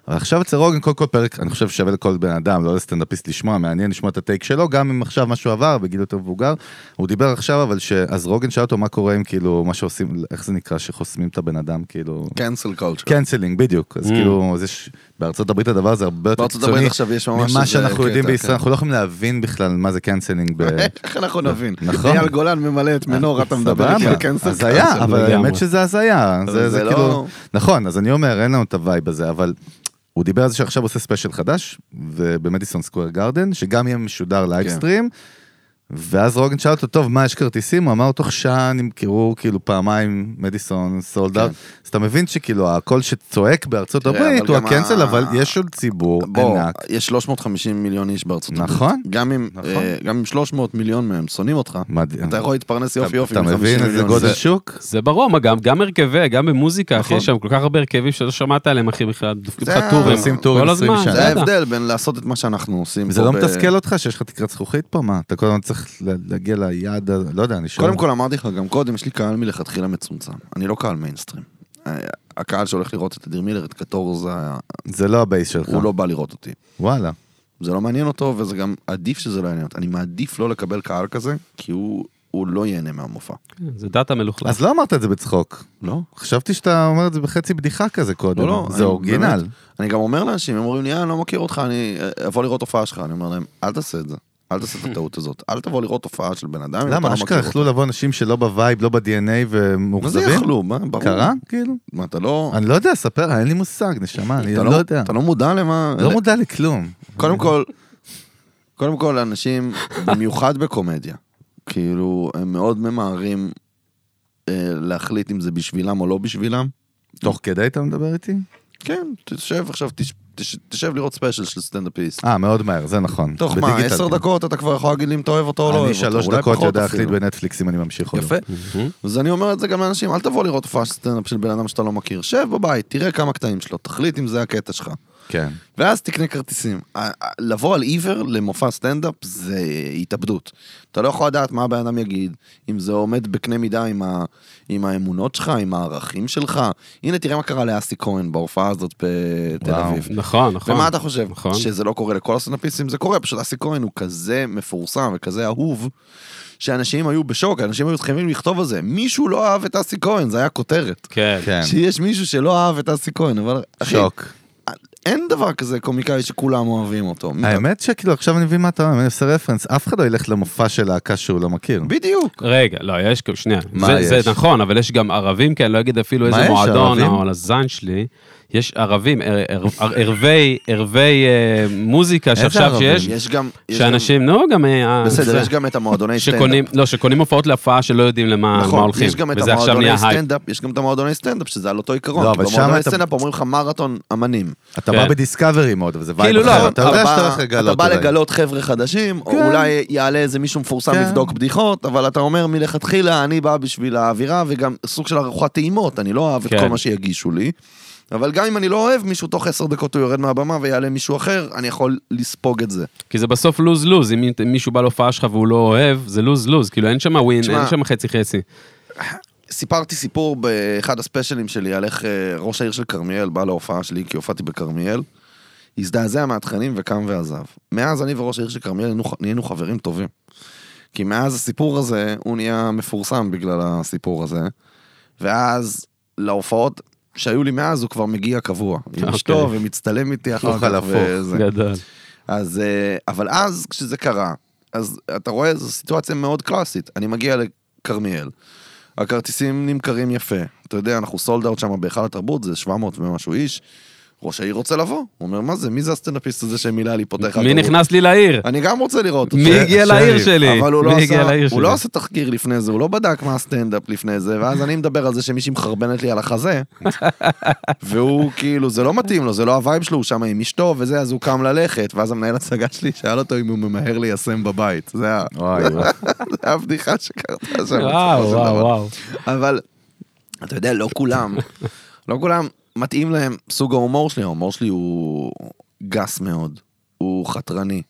עכשיו אצל רוגן, כל פרק, אני חושב שווה לכל בן אדם, לא לסטנדאפיסט לשמוע, מעניין לשמוע את הטייק שלו, גם אם עכשיו משהו עבר, בגיל יותר מבוגר, הוא דיבר עכשיו, אבל אז רוגן שאל אותו מה קורה עם כאילו, מה שעושים, איך זה נקרא, שחוסמים את הבן אדם, כאילו... cancel culture. קנצלינג, בדיוק. אז כאילו, בארצות הברית הדבר הזה הרבה יותר קיצוני, ממה שאנחנו יודעים בישראל, אנחנו לא יכולים להבין בכלל מה זה קנצלינג. איך אנחנו נבין? אייל גולן ממלא את מנור, אתה מדבר על קנצל. אז היה, אבל האמת שזה אז היה. זה כאילו... נכון, אז אני אומר, אין לנו את הווייב הזה, אבל הוא דיבר על זה שעכשיו עושה ספיישל חדש, ובמדיסון סקוואר גארדן, שגם יהיה משודר לייבסטרים, ואז רוגן שאל אותו, טוב, מה יש כרטיסים? הוא אמר, תוך שעה נמכרו כאילו פעמיים מדיסון, סולדר, אז אתה מבין שכאילו הקול שצועק בארצות הברית הוא הקנצל, אבל יש עוד ציבור ענק. יש 350 מיליון איש בארצות הברית. נכון. גם אם 300 מיליון מהם שונאים אותך, אתה יכול להתפרנס יופי יופי. אתה מבין איזה גודל שוק? זה ברור, גם הרכבי, גם במוזיקה, יש שם כל כך הרבה הרכבים שלא שמעת עליהם, אחי, בכלל, דופקים לך טורים כל הזמן. זה ההבדל בין לעשות את מה שאנחנו עושים. זה לא מתסכל אותך שיש לך תקרת זכוכית פה, מה? אתה כל הזמן צריך להגיע ליעד, לא יודע, אני שואל. קודם כל אמרתי לך, גם קודם, יש לי קהל מלכתחילה מצומצם. אני לא קהל מיינסטרים. הקהל שהולך לראות את אדיר מילר, את קטור, זה לא הבייס שלך. הוא לא בא לראות אותי. וואלה. זה לא מעניין אותו, וזה גם עדיף שזה לא יעניין אותו. אני מעדיף לא לקבל קהל כזה, כי הוא לא ייהנה מהמופע. זה דאטה מלוכלך. אז לא אמרת את זה בצחוק. לא. חשבתי שאתה אומר את זה בחצי בדיחה כזה קודם. לא, זה אורגינל. אני גם אומר לאנשים, הם אומרים לי, אני לא מכיר אותך, אני אבוא לראות הופעה שלך. אני אומר להם, אל תעשה את זה. אל תעשה את הטעות הזאת. אל תבוא לראות הופעה של בן אדם. למה? אשכרה יכלו לבוא אנשים שלא בווייב, לא ב-DNA ומוחזבים? מה זה יכלו? ברור. קרה? כאילו? מה, אתה לא... אני לא יודע, ספר, אין לי מושג, נשמה, אני לא יודע. אתה לא מודע למה... לא מודע לכלום. קודם כל, אנשים, במיוחד בקומדיה, כאילו, הם מאוד ממהרים להחליט אם זה בשבילם או לא בשבילם. תוך כדי אתה מדבר איתי? כן, תשב עכשיו, תשב לראות ספיישל של סטנדאפיסט. מאוד מהר, זה נכון. תוך מה, 10 דקות אתה כבר יכול להגיד לי אם אתה אוהב אותו או לא אוהב אותו. אני 3 דקות יודע להחליט בנטפליקס אם אני ממשיך או לא. יפה. אז אני אומר את זה גם לאנשים, אל תבוא לראות הופעה של סטנדאפ של בן אדם שאתה לא מכיר. שב בבית, תראה כמה קטעים שלו, תחליט אם זה הקטע שלך. כן. ואז תקנה כרטיסים. לבוא על עיוור למופע סטנדאפ זה התאבדות. אתה לא יכול לדעת מה הבן אדם יגיד, אם זה עומד בקנה מידה עם האמונות שלך, עם הערכים שלך. הנה, תראה מה קרה לאסי כהן בהופעה הזאת בתל אביב. נכון, נכון. ומה אתה חושב? שזה לא קורה לכל הסטנדאפיסטים? זה קורה, פשוט אסי כהן הוא כזה מפורסם וכזה אהוב, שאנשים היו בשוק, אנשים היו חייבים לכתוב על זה. מישהו לא אהב את אסי כהן, זה היה כותרת. כן. שיש מישהו שלא אהב את אסי כהן, אבל שוק. אין דבר כזה קומיקאי שכולם אוהבים אותו. האמת שכאילו עכשיו אני מבין מה אתה אומר, אני עושה רפרנס, אף אחד לא ילך למופע של להקה שהוא לא מכיר. בדיוק. רגע, לא, יש שנייה. זה נכון, אבל יש גם ערבים, כי אני לא אגיד אפילו איזה מועדון או לזן שלי. יש ערבים, ערבי מוזיקה שעכשיו שיש, שאנשים, נו, גם... בסדר, יש גם את המועדוני סטנדאפ. לא, שקונים הופעות להופעה שלא יודעים למה הולכים. וזה עכשיו נהיה הייפ. יש גם את המועדוני סטנדאפ, שזה על אותו עיקרון. במועדוני סטנדאפ אומרים לך מרתון אמנים. אתה בא בדיסקאברי מאוד, וזה וייב אחר. אתה יודע שאתה הולך לגלות. אתה בא לגלות חבר'ה חדשים, או אולי יעלה איזה מישהו מפורסם לבדוק בדיחות, אבל אתה אומר מלכתחילה, אני בא בשביל האווירה, וגם סוג של ארוחת טעימות, אני לא אוהב את כל מה שיגישו לי. אבל גם אם אני לא אוהב מישהו, תוך 10 דקות הוא יורד מהבמה ויעלה מישהו אחר, אני יכול לספוג את זה. כי זה בסוף לוז-לוז, אם מישהו בא להופעה שלך והוא לא אוהב, זה לוז-לוז, כאילו אין שם ווין, אין שם חצי-חצי. סיפרתי סיפור באחד הספיישלים שלי, על איך ראש העיר של קרמיאל בא להופעה שלי, כי הופעתי בקרמיאל, הזדעזע מהתכנים וקם ועזב. מאז אני וראש העיר של קרמיאל נהיינו חברים טובים. כי מאז הסיפור הזה, הוא נהיה מפורסם בגלל הסיפור הזה, ואז להופעות שהיו לי מאז, הוא כבר מגיע קבוע. עם אשתו ומצטלם איתי אחר כך. גדול. אז, אבל אז, כשזה קרה, אז אתה רואה, זו סיטואציה מאוד קלאסית. אני מגיע לקרמיאל, הכרטיסים נמכרים יפה. אתה יודע, אנחנו סולד אאוט שם בהיכל התרבות, זה 700 ומשהו איש. ראש העיר רוצה לבוא. הוא אומר, מה זה? מי זה הסטנדאפיסט הזה שמילא לי פותח? מי נכנס לי לעיר? אני גם רוצה לראות. מי הגיע לעיר שלי? אבל הוא לא עושה תחקיר לפני זה, הוא לא בדק מה הסטנדאפ לפני זה, ואז אני מדבר על זה שמישהי מחרבנת לי על החזה, והוא כאילו, זה לא מתאים לו, זה לא הווייב שלו, הוא שם עם אשתו וזה, אז הוא קם ללכת, ואז המנהל הצגה שלי שאל אותו אם הוא ממהר ליישם בבית. זה הבדיחה שקרתה שם. וואו. אבל, אתה יודע, לא כולם מתאים להם סוג ההומור שלי. ההומור שלי הוא גס מאוד, הוא חתרני,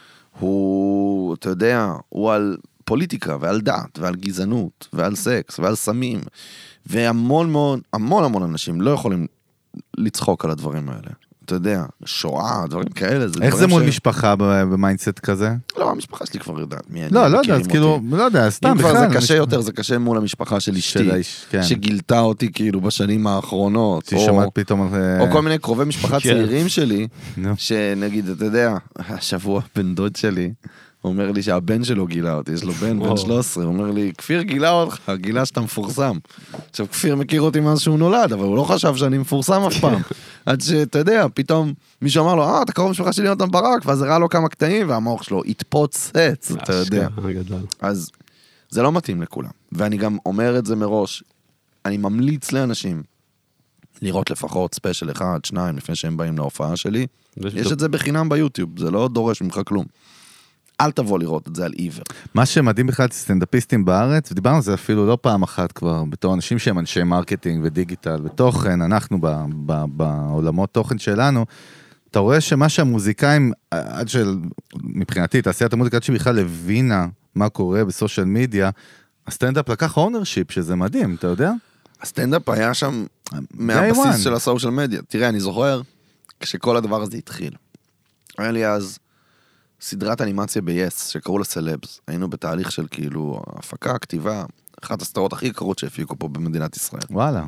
הוא, אתה יודע, הוא על פוליטיקה ועל דת ועל גזענות ועל סקס ועל סמים, והמון המון אנשים לא יכולים לצחוק על הדברים האלה. אתה יודע, שואה, דברים כאלה. איך זה מול משפחה במיינדסט כזה? לא, המשפחה שלי כבר יודעת מי אני. לא יודע, אז כאילו, לא יודע, סתם. אם כבר זה קשה יותר, זה קשה מול המשפחה של אשתי, שגילתה אותי כאילו בשנים האחרונות. או כל מיני קרובי משפחה צעירים שלי, שנגיד, אתה יודע, השבוע בן דוד שלי, הוא אומר לי שהבן שלו גילה אותי, יש לו בן 13, הוא אומר לי, כפיר גילה אותך, גילה שאתה מפורסם. עכשיו, כפיר מכיר אותי מאז שהוא נולד, אבל הוא לא חשב שאני מפורסם אף פעם. עד שאתה יודע, פתאום מישהו אמר לו, אתה קרוב משפחה שלי יונתן ברק, ואז הראה לו כמה קטעים, והמוח שלו התפוצץ, אתה יודע. אז זה לא מתאים לכולם. ואני גם אומר את זה מראש, אני ממליץ לאנשים לראות לפחות ספיישל 1, 2, לפני שהם באים להופעה שלי. יש את זה בחינם ביוטיוב, זה לא דורש ממך כלום. אל תבוא לראות את זה על עיוור. מה שמדהים בכלל סטנדאפיסטים בארץ, ודיברנו על זה אפילו לא פעם אחת כבר, בתור אנשים שהם אנשי מרקטינג ודיגיטל ותוכן, אנחנו בעולמות תוכן שלנו, אתה רואה שמה שהמוזיקאים, עד מבחינתי, תעשיית המוזיקה, עד שבכלל הבינה מה קורה בסושיאל מדיה, הסטנדאפ לקח אונרשיפ, שזה מדהים, אתה יודע? הסטנדאפ היה שם מהבסיס של הסושיאל מדיה. תראה, אני זוכר, כשכל הדבר הזה התחיל. היה לי אז סדרת אנימציה ב-Yes, שקראו לה סלבס. היינו בתהליך של כאילו הפקה, כתיבה, אחת הסדרות הכי יקרות שהפיקו פה במדינת ישראל. וואלה.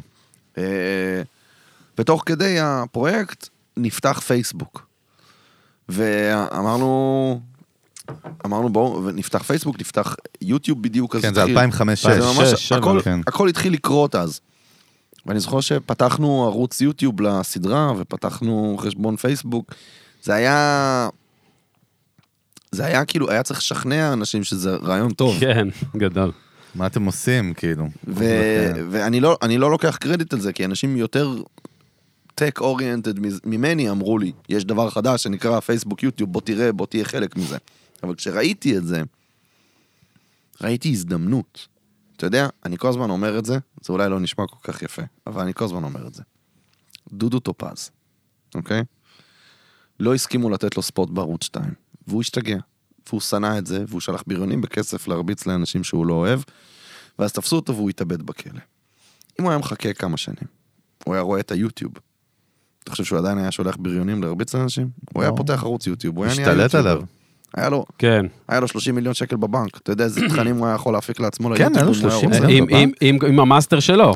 ותוך כדי הפרויקט נפתח פייסבוק. ואמרנו בואו, נפתח פייסבוק, נפתח יוטיוב בדיוק. כן, זה 2005-2006. הכל התחיל לקרות אז. ואני זוכר שפתחנו ערוץ יוטיוב לסדרה, ופתחנו חשבון פייסבוק. זה היה כאילו, היה צריך לשכנע אנשים שזה רעיון טוב. כן, גדול. מה אתם עושים, כאילו? ואני לא לוקח קרדיט על זה, כי אנשים יותר tech-oriented ממני אמרו לי, יש דבר חדש שנקרא פייסבוק, יוטיוב, בוא תראה, בוא תהיה חלק מזה. אבל כשראיתי את זה, ראיתי הזדמנות. אתה יודע, אני כל הזמן אומר את זה, זה אולי לא נשמע כל כך יפה, אבל אני כל הזמן אומר את זה. דודו טופז, אוקיי? לא הסכימו לתת לו ספוט בערוץ 2, והוא השתגע, והוא שנא את זה, והוא שלח בריונים בכסף להרביץ לאנשים שהוא לא אוהב, ואז תפסו אותו והוא התאבד בכלא. אם הוא היה מחכה כמה שנים, הוא היה רואה את היוטיוב, אתה חושב שהוא עדיין היה שולח בריונים להרביץ לאנשים? הוא היה פותח ערוץ יוטיוב, הוא היה נהיה משתלט עליו. היה לו 30 מיליון שקל בבנק, אתה יודע איזה תכנים הוא היה יכול להפיק לעצמו ליוטיוב. כן, היה לו 30 מיליון בבנק. עם המאסטר שלו.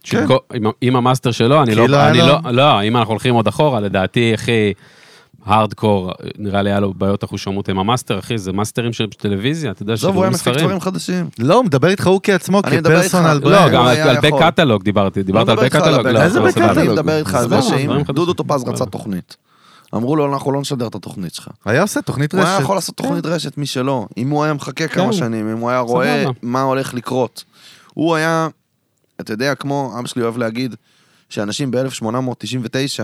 עם המאסטר שלו, אני לא, אם אנחנו הולכים עוד אחורה, לדעתי, אחי, הארדקור, נראה לי היה לו בעיות החושמות עם המאסטר, אחי, זה מאסטרים של טלוויזיה, אתה יודע, הוא היה מפיק דברים חדשים. לא, הוא מדבר איתך הוא כעצמו, כפרסונל ברנד. לא, גם על בי קטלוג דיברת על בי קטלוג. אני מדבר איתך על זה שאם דודו טופז רצה תוכנית, אמרו לו, אנחנו לא נשדר את התוכנית שלך. היה עושה תוכנית רשת. הוא היה יכול לעשות תוכנית רשת משלו, אם הוא היה מחכה כמה שנים, אם הוא היה רואה מה הולך לקרות. הוא היה, אתה יודע, כמו אבא שלי אוהב להגיד, שאנשים ב-1899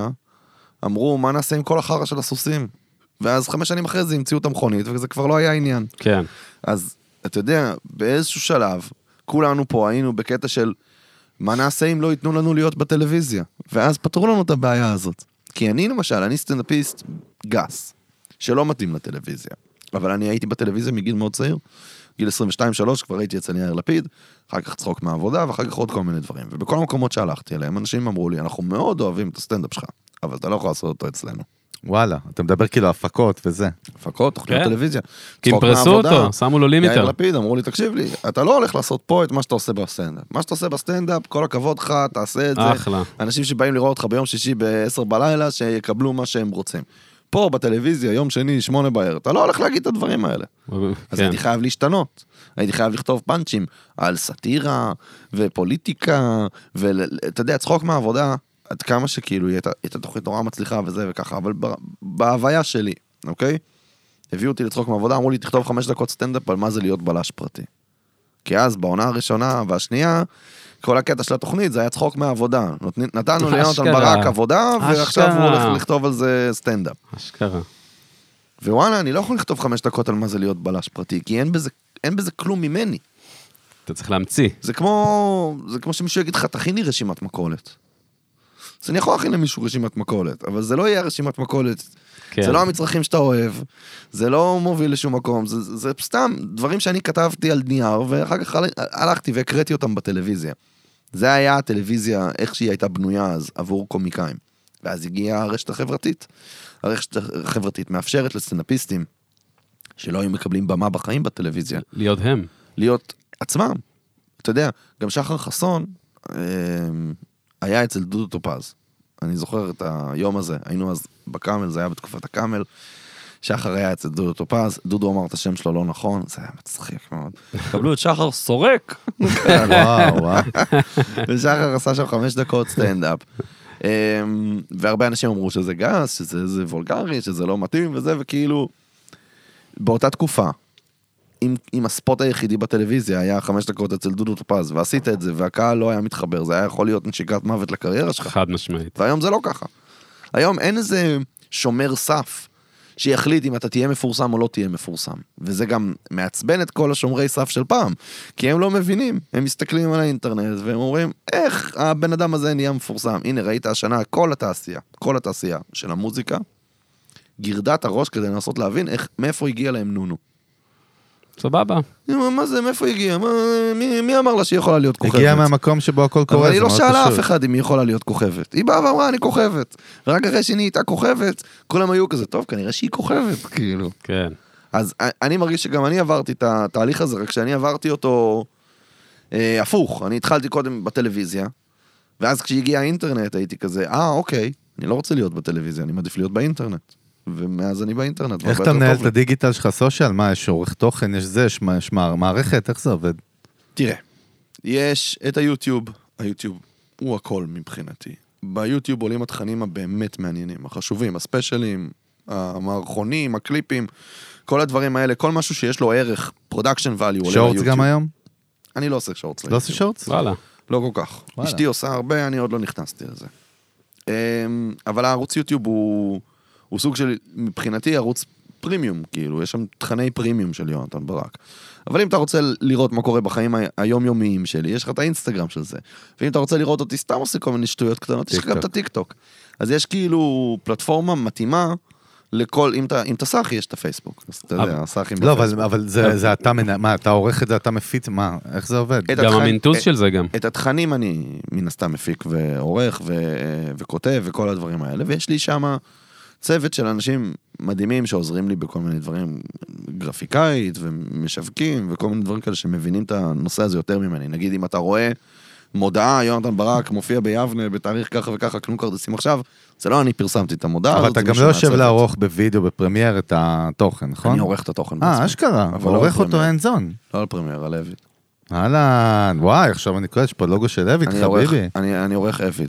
אמרו, מה נעשה עם כל החרא של הסוסים? ואז 5 שנים אחרי זה המציאו את המכונית, וזה כבר לא היה עניין. כן. אז, אתה יודע, באיזשהו שלב, כולנו פה היינו בקטע של, מה נעשה אם לא ייתנו לנו להיות בטלוויזיה? ואז פתרו לנו את הבעיה הזאת. כי אני למשל, אני סטנדאפיסט גס, שלא מתאים לטלוויזיה. אבל אני הייתי בטלוויזיה מגיל מאוד צעיר, גיל 22-3, כבר הייתי אצל יאיר לפיד, אחר כך צחוק מהעבודה, ואחר כך עוד כל מיני דברים. ובכל המקומות שהלכתי אליהם, אנשים אמרו לי, אנחנו מאוד אוהבים את הסטנדאפ שלך, אבל אתה לא יכול לעשות אותו אצלנו. וואלה, אתה מדבר כאילו הפקות וזה. הפקות, תוכניות טלוויזיה. כי אמפרסו אותו, שמו לו לימיטר. יאיר לפיד, אמרו לי, תקשיב לי, אתה לא הולך לעשות פה את מה שאתה עושה בסטנדאפ. מה שאתה עושה בסטנדאפ, כל הכבוד לך, תעשה את זה. אחלה. אנשים שבאים לראות אותך ביום שישי ב-10 בלילה, שיקבלו מה שהם רוצים. פה בטלוויזיה, יום שני, 8 בערב, אתה לא הולך להגיד את הדברים האלה. אז הייתי חייב להשתנות. הייתי חייב לכתוב פאנצ'ים על סאטירה ופוליטיקה, ואתה יודע, צחוק מהעבודה, עד כמה שכאילו הייתה תוכנית נורא מצליחה וזה וככה, אבל בהוויה שלי, אוקיי? הביאו אותי לצחוק מהעבודה, אמרו לי, תכתוב 5 דקות סטנדאפ על מה זה להיות בלש פרטי. כי אז בעונה הראשונה והשנייה, כל הקטע של התוכנית זה היה צחוק מהעבודה. נתנו ליונתן ברק עבודה, ועכשיו הוא הולך לכתוב על זה סטנדאפ. אשכרה. ווואלה, אני לא יכול לכתוב 5 דקות על מה זה להיות בלש פרטי, כי אין בזה כלום ממני. אתה צריך להמציא. זה כמו שמישהו יגיד לך, תכין לי רשימת מכולת. אז אני יכול להכין למישהו רשימת מכולת, אבל זה לא יהיה רשימת מכולת. כן. זה לא המצרכים שאתה אוהב, זה לא מוביל לשום מקום, זה סתם דברים שאני כתבתי על נייר, ואחר כך הלכתי והקראתי אותם בטלוויזיה. זה היה הטלוויזיה, איך שהיא הייתה בנויה אז, עבור קומיקאים. ואז הגיעה הרשת החברתית. הרשת החברתית מאפשרת לסטנדאפיסטים, שלא היו מקבלים במה בחיים בטלוויזיה. להיות הם. להיות עצמם. אתה יודע, גם שחר חסון, היה אצל דודו טופז. אני זוכר את היום הזה, היינו אז בקאמל, זה היה בתקופת הקאמל, שחר היה אצל דודו טופז, דודו אמר את השם שלו לא נכון, זה היה מצחיק מאוד. קבלו את שחר סורק. וואו. ושחר עשה שם 5 דקות סטנדאפ. והרבה אנשים אמרו שזה גס, שזה וולגרי, שזה לא מתאים וזה, וכאילו, באותה תקופה, אם הספוט היחידי בטלוויזיה היה 5 דקות אצל דודו טופז, ועשית את זה, והקהל לא היה מתחבר, זה היה יכול להיות נשיקת מוות לקריירה שלך. חד משמעית. והיום זה לא ככה. היום אין איזה שומר סף, שיחליט אם אתה תהיה מפורסם או לא תהיה מפורסם. וזה גם מעצבן את כל השומרי סף של פעם, כי הם לא מבינים, הם מסתכלים על האינטרנט, והם אומרים, איך הבן אדם הזה נהיה מפורסם? הנה, ראית השנה, כל התעשייה של המוזיקה, גירדת הראש כדי לנסות להבין מאיפה הגיע להם נונו. סבבה. מה זה, מאיפה הגיע? מי אמר לה שהיא יכולה להיות כוכבת? הגיעה מהמקום שבו הכל קורה. אבל היא לא שאלה אף אחד אם היא יכולה להיות כוכבת. היא באה ואמרה, אני כוכבת. ורק אחרי שהיא נהייתה כוכבת, כולם היו כזה, טוב, כנראה שהיא כוכבת, כאילו. כן. אז אני מרגיש שגם אני עברתי את התהליך הזה, רק שאני עברתי אותו הפוך. אני התחלתי קודם בטלוויזיה, ואז כשהגיע האינטרנט הייתי כזה, אוקיי, אני לא רוצה להיות בטלוויזיה, אני מעדיף להיות באינטרנט. ומאז אני באינטרנט. איך אתה מנהל את הדיגיטל שלך סושיאל? מה, יש עורך תוכן, יש זה, יש מערכת, איך זה עובד? תראה, יש את היוטיוב, היוטיוב הוא הכל מבחינתי. ביוטיוב עולים התכנים הבאמת מעניינים, החשובים, הספיישלים, המערכונים, הקליפים, כל הדברים האלה, כל משהו שיש לו ערך, פרודקשן ואליו, עולה ביוטיוב. שורטס גם היום? אני לא עושה שורטס. לא עושה שורטס? וואלה. לא כל כך. אשתי עושה הרבה, אני עוד לא נכנסתי לזה. אבל הערוץ יוטיוב הוא סוג של, מבחינתי, ערוץ פרימיום, כאילו, יש שם תכני פרימיום של יונתן ברק. אבל אם אתה רוצה לראות מה קורה בחיים היומיומיים שלי, יש לך את האינסטגרם של זה. ואם אתה רוצה לראות אותי סתם עושה כל מיני שטויות קטנות, יש לך גם את הטיק-טוק. אז יש כאילו פלטפורמה מתאימה לכל, אם אתה סחי, יש את הפייסבוק. אז אתה יודע, סחים בפייסבוק. לא, אבל זה אתה, מה, אתה עורך את זה, אתה מפיץ, מה, איך זה עובד? גם המינטוז של זה גם. את התכנים אני מן הסתם מפיק ועורך וכותב וכל הדברים האלה, ויש לי שם צוות של אנשים מדהימים שעוזרים לי בכל מיני דברים, גרפיקאית ומשווקים וכל מיני דברים כאלה שמבינים את הנושא הזה יותר ממני. נגיד אם אתה רואה מודעה, יונתן ברק מופיע ביבנה בתאריך ככה וככה, קנו כרטיסים עכשיו, זה לא אני פרסמתי את המודעה. אבל אתה גם לא יושב לערוך בווידאו, בפרמייר את התוכן, נכון? אני עורך את התוכן בעצמי. אשכרה, ועורך אותו אין זון. לא על פרמייר, על אביד. אהלן, וואי, עכשיו אני קורא, יש פה לוגו של אביד, חביבי. אני עורך אביד.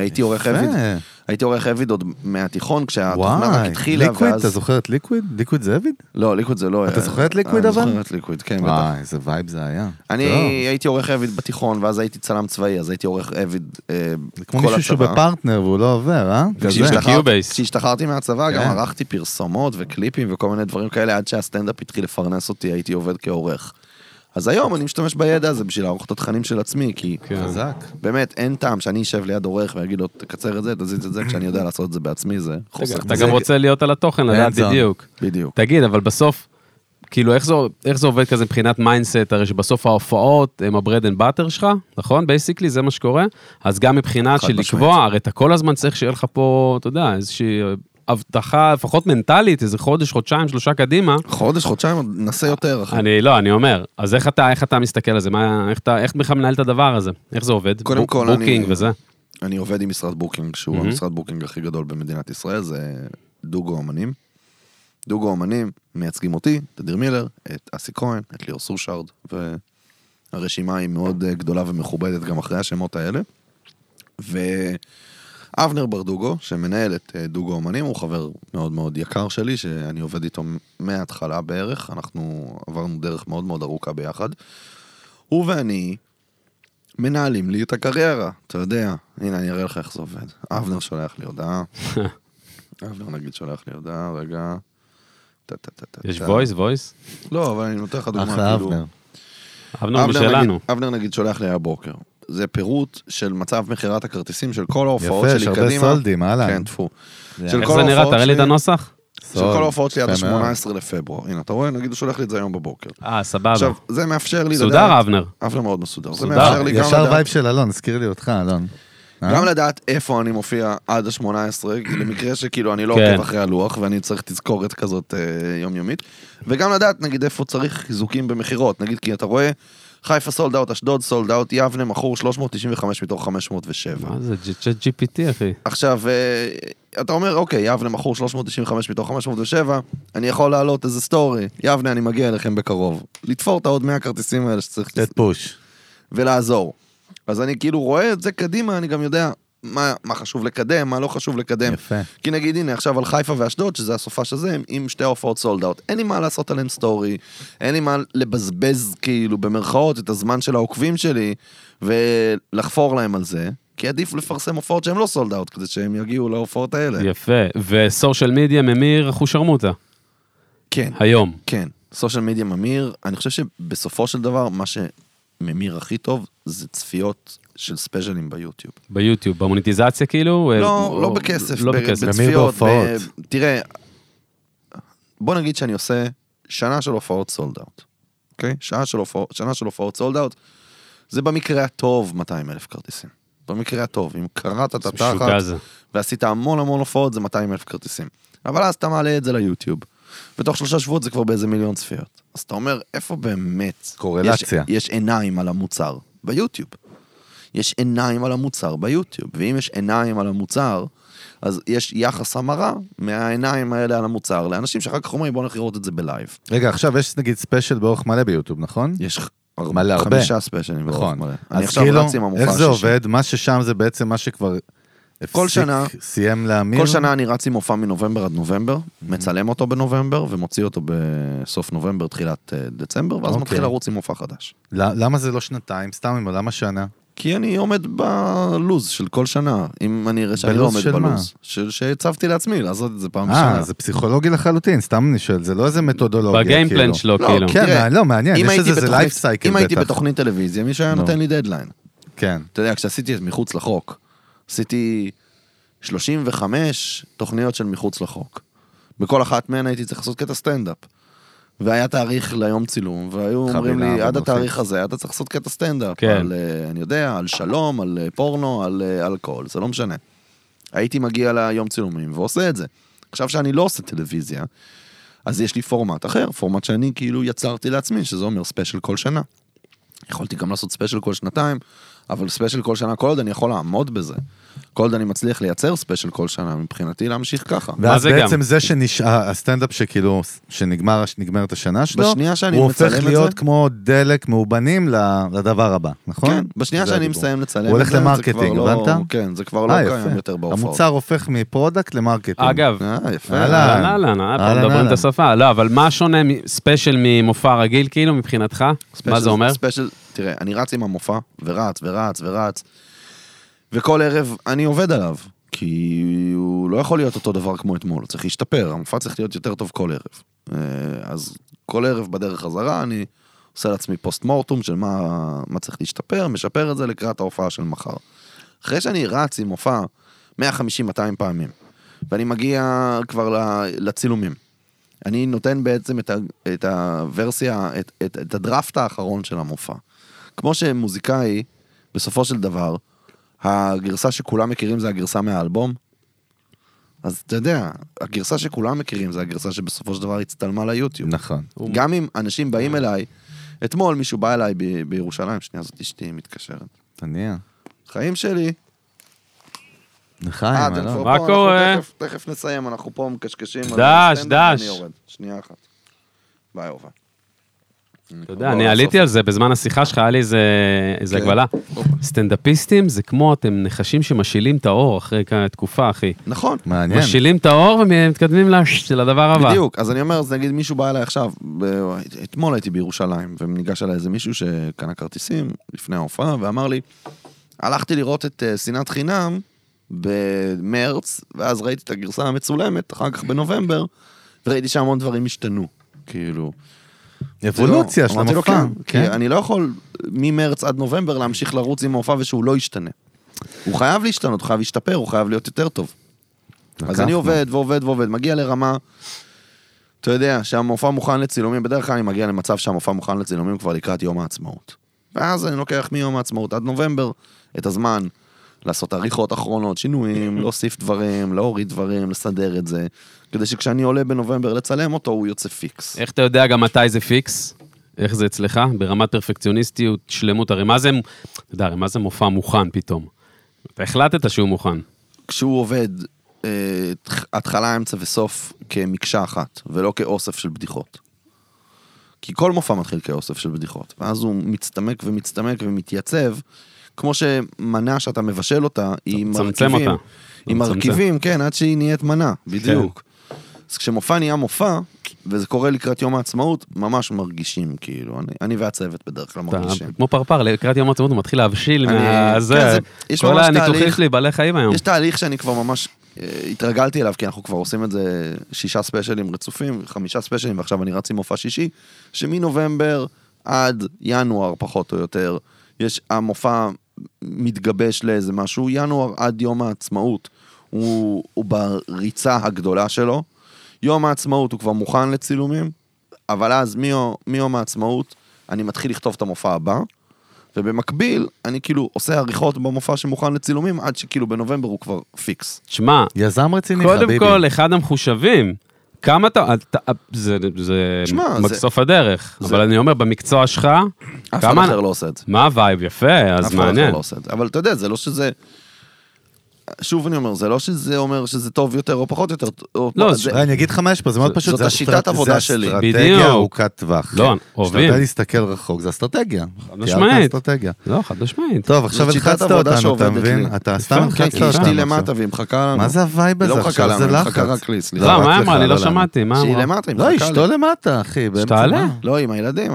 הייתי עורך אביד עוד מהתיכון, כשהתוכנה רק התחילה. ליקוויד, אתה זוכר את ליקוויד? ליקוויד זה אביד? לא, ליקוויד זה לא. אתה זוכר את ליקוויד אבל? אני זוכר את ליקוויד, כן, בטח. וואי, איזה וייב זה היה. אני הייתי עורך אביד בתיכון, ואז הייתי צלם צבאי, אז הייתי עורך אביד כל הצבא. כמו מישהו שהוא בפרטנר והוא לא עובר, אה? כשהשתחררתי מהצבא, גם ערכתי פרסומות וקליפים וכל מיני דברים כאלה, עד שהסטנדאפ התחיל לפרנס אותי, הייתי עובד כעורך. אז היום אני משתמש בידע הזה בשביל לערוך את התכנים של עצמי, כי באמת אין טעם שאני אשב ליד עורך ויגיד לו, תקצר את זה, תזיז את זה, כשאני יודע לעשות את זה בעצמי, זה חוסר. אתה גם רוצה להיות על התוכן, לדעת בדיוק. בדיוק. תגיד, אבל בסוף, כאילו, איך זה עובד כזה מבחינת מיינדסט, הרי שבסוף ההופעות הם הברד אנד באטר שלך, נכון? בייסיקלי, זה מה שקורה. אז גם מבחינת של לקבוע, הרי אתה כל הזמן צריך שיהיה לך פה, אתה יודע, איזושהי הבטחה, לפחות מנטלית, איזה חודש, חודשיים, 3 קדימה. חודש, חודשיים, נסה יותר. אני אומר, אז איך אתה מסתכל על זה? איך בכלל מנהל את הדבר הזה? איך זה עובד? קודם כל, בוקינג וזה. אני עובד עם משרד בוקינג, שהוא המשרד בוקינג הכי גדול במדינת ישראל, זה דוגו אמנים. דוגו אמנים מייצגים אותי, תדיר מילר, את אסי כהן, את ליאור סושארד, והרשימה היא מאוד גדולה ומכובדת גם אחרי השמות האלה. אבנר ברדוגו, שמנהל את דוגו אמנים, הוא חבר מאוד מאוד יקר שלי, שאני עובד איתו מההתחלה בערך, אנחנו עברנו דרך מאוד מאוד ארוכה ביחד. הוא ואני מנהלים לי את הקריירה, אתה יודע. הנה, אני אראה לך איך זה עובד. אבנר שולח לי הודעה. אבנר נגיד שולח לי הודעה, רגע. יש וויס? לא, אבל אני נותן לך דוגמה. אחלה אבנר. אבנר משלנו. אבנר נגיד שולח לי הבוקר. זה פירוט של מצב מחירת הכרטיסים של כל ההופעות שלי קדימה. יפה, יש הרבה סולדים, הלאה. כן, תפו. איך זה נראה? תראה לי את הנוסח. של כל ההופעות שלי עד ה-18 לפברואר. הנה, אתה רואה? נגיד הוא שולח לי את זה היום בבוקר. סבבה. עכשיו, זה מאפשר לי לדעת... סודר, אבנר. אבנר מאוד מסודר. ישר וייב של אלון, הזכיר לי אותך, אלון. גם לדעת איפה אני מופיע עד ה-18, למקרה שכאילו אני לא עוקב אחרי הלוח, ואני צריך תזכורת כזאת יומיומית, וגם לדעת, נגיד, איפה צריך חיזוקים במחירות, נגיד, כי אתה רואה, חיפה סולד אאוט, אשדוד סולד אאוט, יבנה מכור 395 מתוך 507. מה זה, GPT, אחי? עכשיו, אתה אומר, אוקיי, יבנה מכור 395 מתוך 507, אני יכול להעלות איזה סטורי, יבנה, אני מגיע אליכם בקרוב. לתפור את העוד 100 כרטיסים האלה שצריך... פוש. ולעזור. אז אני כאילו רואה את זה קדימה, אני גם יודע מה חשוב לקדם, מה לא חשוב לקדם. יפה. כי נגיד, הנה, עכשיו על חיפה ואשדוד, שזה הסופה שזה, עם שתי ההופעות סולד אאוט. אין לי מה לעשות עליהן סטורי, אין לי מה לבזבז, כאילו, במרכאות, את הזמן של העוקבים שלי, ולחפור להם על זה, כי עדיף לפרסם הופעות שהן לא סולד אאוט, כדי שהם יגיעו להופעות האלה. יפה. וסושיאל מדיה ממיר אחושרמוטה. כן. היום. כן. סושיאל מדיה ממיר, אני חושב שבסופו של דבר, מה שממיר הכי טוב, זה צפיות של ספיישלים ביוטיוב. ביוטיוב, במוניטיזציה כאילו? לא בכסף, לא בכסף. בצפיות. תראה, בוא נגיד שאני עושה שנה של הופעות סולד אאוט. אוקיי? שנה של הופעות סולד אאוט, זה במקרה הטוב 200,000 כרטיסים. במקרה הטוב, אם קראת את התחת, ועשית המון הופעות, זה 200,000 כרטיסים. אבל אז אתה מעלה את זה ליוטיוב. בתוך 3 שבועות זה כבר באיזה 1,000,000 צפיות. אז אתה אומר, איפה באמת קורלציה. יש עיניים על המוצר? ביוטיוב. יש עיניים על המוצר ביוטיוב, ואם יש עיניים על המוצר, אז יש יחס המרה מהעיניים האלה על המוצר, לאנשים שאחר כך אומרים, בואו נלך לראות את זה בלייב. רגע, עכשיו יש נגיד ספיישל באורך מלא ביוטיוב, נכון? יש מלא הרבה. 5 ספיישלים באורך מלא. אני אז עכשיו כאילו, רץ עם המופע איך זה השישי. עובד? מה ששם זה בעצם מה שכבר כל שנה, סיים להמיר? כל שנה אני רץ עם מופע מנובמבר עד נובמבר, מצלם אותו בנובמבר, ומוציא אותו בסוף נובמבר, תחילת דצמבר, ואז מתחיל לרוץ עם מופע חדש. למה זה לא שנתיים? סתם, למה שנה? כי אני עומד בלוז של כל שנה, אם אני אראה שאני לא עומד בלוז, שהצבתי לעצמי לעשות את זה פעם בשנה. זה פסיכולוגי לחלוטין, סתם אני שואל, זה לא איזה מתודולוגיה. בגיימפלן שלו, כאילו. כן, לא, מעניין, יש איזה לייף סייקל בטח. אם הייתי בתוכנית טלוויזיה, מישהו היה נותן לי דדליין. כן. אתה יודע, כשעשיתי את מחוץ לחוק, עשיתי 35 תוכניות של מחוץ לחוק. בכל אחת מהן הייתי צריך לעשות קטע סטנדאפ. והיה תאריך ליום צילום, והיו אומרים לי, עד התאריך הזה, אתה צריך לעשות קטע סטנדאפ, על, אני יודע, על שלום, על פורנו, על אלכוהול, זה לא משנה. הייתי מגיע ליום צילומים ועושה את זה. עכשיו שאני לא עושה טלוויזיה, אז יש לי פורמט אחר, פורמט שאני כאילו יצרתי לעצמי, שזה אומר ספיישל כל שנה. יכולתי גם לעשות ספיישל כל שנתיים, אבל ספיישל כל שנה, כל עוד אני יכול לעמוד בזה. כל עוד אני מצליח לייצר ספיישל כל שנה, מבחינתי להמשיך ככה. ואז בעצם זה הסטנדאפ שכאילו, שנגמרת השנה שלו, הוא הופך להיות כמו דלק מאובנים לדבר הבא, נכון? כן, בשנייה שאני מסיים לצלם את זה, הוא הולך למרקטינג, הבנת? כן, זה כבר לא קיים יותר בהופעות. המוצר הופך מפרודקט למרקטינג. אגב, יפה. מדברים את השפה. לא, אבל מה שונה ספיישל ממופע רגיל, כאילו, מבחינתך? מה זה אומר? ספיישל, תראה, אני רץ עם המופע, ורץ, וכל ערב אני עובד עליו, כי הוא לא יכול להיות אותו דבר כמו אתמול, הוא צריך להשתפר, המופע צריך להיות יותר טוב כל ערב. אז כל ערב בדרך חזרה, אני עושה לעצמי פוסט מורטום של מה צריך להשתפר, משפר את זה לקראת ההופעה של מחר. אחרי שאני רץ עם מופע 150-200 פעמים, ואני מגיע כבר לצילומים, אני נותן בעצם את הוורסיה, את הדרפט האחרון של המופע. כמו שמוזיקאי, בסופו של דבר, הגרסה שכולם מכירים זה הגרסה מהאלבום, אז אתה יודע, הגרסה שכולם מכירים זה הגרסה שבסופו של דבר הצטלמה ליוטיוב. נכון. גם אם אנשים באים אליי, אתמול מישהו בא אליי בירושלים, שנייה זאת אשתי מתקשרת. תניע. חיים שלי. לחיים, מה קורה? תכף נסיים, אנחנו פה מקשקשים. דש. שנייה אחת. ביי אובה. אתה יודע, אני עליתי על זה, בזמן השיחה שלך היה לי איזה הגבלה. סטנדאפיסטים זה כמו אתם נחשים שמשילים את האור אחרי תקופה, אחי. נכון. מעניין. משילים את האור ומתקדמים לדבר הבא. בדיוק, אז אני אומר, אז נגיד מישהו בא אליי עכשיו, אתמול הייתי בירושלים, וניגש אליי איזה מישהו שקנה כרטיסים לפני ההופעה, ואמר לי, הלכתי לראות את שנאת חינם במרץ, ואז ראיתי את הגרסה המצולמת, אחר כך בנובמבר, וראיתי שהמון דברים השתנו, כאילו... אבולוציה של המופע. כי אני לא יכול ממרץ עד נובמבר להמשיך לרוץ עם המופע ושהוא לא ישתנה. הוא חייב להשתנות, הוא חייב להשתפר, הוא חייב להיות יותר טוב. אז אני עובד, מגיע לרמה, אתה יודע, שהמופע מוכן לצילומים, בדרך כלל אני מגיע למצב שהמופע מוכן לצילומים כבר לקראת יום העצמאות. ואז אני לוקח מיום העצמאות עד נובמבר את הזמן לעשות עריכות אחרונות, שינויים, להוסיף דברים, להוריד דברים, לסדר את זה, כדי שכשאני עולה בנובמבר לצלם אותו, הוא יוצא פיקס. איך אתה יודע גם מתי זה פיקס? איך זה אצלך? ברמת פרפקציוניסטיות, שלמות, הרי מה זה מופע מוכן פתאום? אתה החלטת שהוא מוכן. כשהוא עובד התחלה, אמצע וסוף כמקשה אחת, ולא כאוסף של בדיחות. כי כל מופע מתחיל כאוסף של בדיחות, ואז הוא מצטמק ומצטמק ומתייצב, כמו שמנה שאתה מבשל אותה, עם מרכיבים. עם מרכיבים, כן, עד שהיא נהיית מנה, בדיוק. אז כשמופע נהיה מופע, וזה קורה לקראת יום העצמאות, ממש מרגישים, כאילו, אני והצוות בדרך כלל מרגישים. כמו פרפר, לקראת יום העצמאות הוא מתחיל להבשיל מהזה, כל הניתוחים שלי בעלי חיים היום. יש תהליך שאני כבר ממש התרגלתי אליו, כי אנחנו כבר עושים את זה 6 ספיישלים רצופים, 5 ספיישלים, ועכשיו אני רץ עם מופע שישי, שמנובמבר עד ינואר פחות או יותר, יש המופע מתגבש לאיזה משהו, ינואר עד יום העצמאות, הוא בריצה הגדולה שלו, יום העצמאות הוא כבר מוכן לצילומים, אבל אז מיום העצמאות אני מתחיל לכתוב את המופע הבא, ובמקביל אני כאילו עושה עריכות במופע שמוכן לצילומים, עד שכאילו בנובמבר הוא כבר פיקס. תשמע, יזם רציני חביבי. קודם כל, אחד המחושבים, כמה אתה, זה בסוף הדרך, אבל אני אומר, במקצוע שלך, אף אחד אחר לא עושה את זה. מה הווייב? יפה, אז מעניין. אף אחד אחר לא עושה את זה, אבל אתה יודע, זה לא שזה... שוב אני אומר, זה לא שזה אומר שזה טוב יותר או פחות יותר. לא, אני אגיד 5 פה, זה מאוד פשוט. זאת השיטת עבודה שלי. זה אסטרטגיה ארוכת טווח. לא, אוהבים. שאתה יודע להסתכל רחוק, זה אסטרטגיה. חד משמעית. לא, חד משמעית. טוב, עכשיו הלחצת אותנו, אתה מבין? אתה סתם הלחצת אותנו. אשתי למטה והיא מחכה לנו. מה זה הווייב הזה? לא מחכה לנו, היא מחכה רק לי, סליחה. לא, מה אמרה? אני לא שמעתי. שהיא למטה, היא מחכה לא, לי. אשתו למטה, אחי. שתעלה? לא, עם הילדים.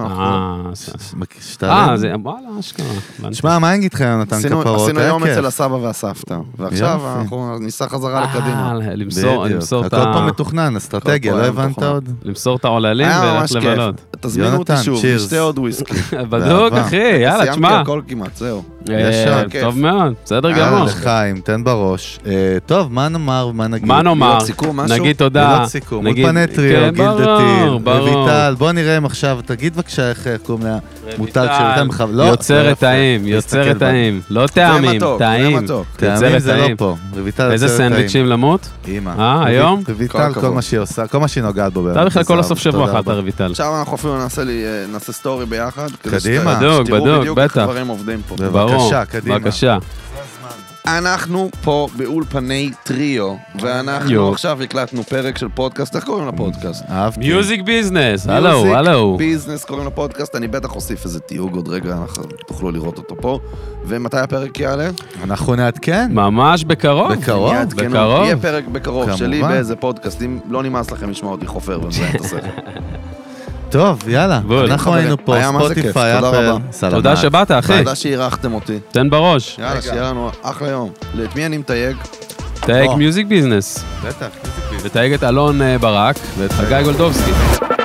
זה, וואלה, אשכרה. תשמע, מה נגיד לך, יונתן כפרות? עשינו יום אצל הסבא והסבתא, ועכשיו אנחנו ניסע חזרה לקדימה. למסור את הכל פה מתוכנן, אסטרטגיה, לא הבנת עוד? למסור את העוללים ולך לבלות. תזמינו אותי שוב, נשתה עוד וויסקי. בדוק, אחי, יאללה, תשמע. סיימתי הכל כמעט, זהו. טוב מאוד, בסדר גמור. לחיים, תן בראש. טוב, מה נאמר ומה נגיד? מה נאמר? נגיד תודה. אולפני טריו, גיל דתי, רויטל, בוא נראה אם עכשיו, תגיד בבקשה איך קוראים לה מותג של יוצרת טעים, יוצרת טעים. לא טעמים, טעים. טעמים זה לא פה. איזה סנדוויצ'ים למות? אמא. היום? רויטל, כל מה שהיא עושה, כל מה שהיא נוגעת בו. אתה בכלל כל הסוף שבוע אחת רויטל. עכשיו אנחנו אפילו נעשה סטורי ביחד. קדימה. בדוק, בטח. איך דברים עובדים פה. בבקשה, קדימה. בבקשה. אנחנו פה באולפני טריו, ואנחנו עכשיו הקלטנו פרק של פודקאסט, איך קוראים לפודקאסט? מיוזיק ביזנס, הלו. מיוזיק ביזנס קוראים לפודקאסט, אני בטח אוסיף איזה תיוג עוד רגע, תוכלו לראות אותו פה. ומתי הפרק יעלה? אנחנו נעדכן. ממש בקרוב. בקרוב? יהיה פרק בקרוב שלי באיזה פודקאסט, אם לא נמאס לכם לשמוע אותי חופר ומזיין את הספר. טוב, יאללה, אנחנו היינו פה, ספוטיפיי, אפל, סלמת. תודה שבאת, אחי. תודה שאירחתם אותי. תן בראש. יאללה, שיהיה לנו אחלה יום. את מי אני מתייג? תייג מיוזיק ביזנס. בטח, ותייג את אלון ברק ואת חגי גולדובסקי.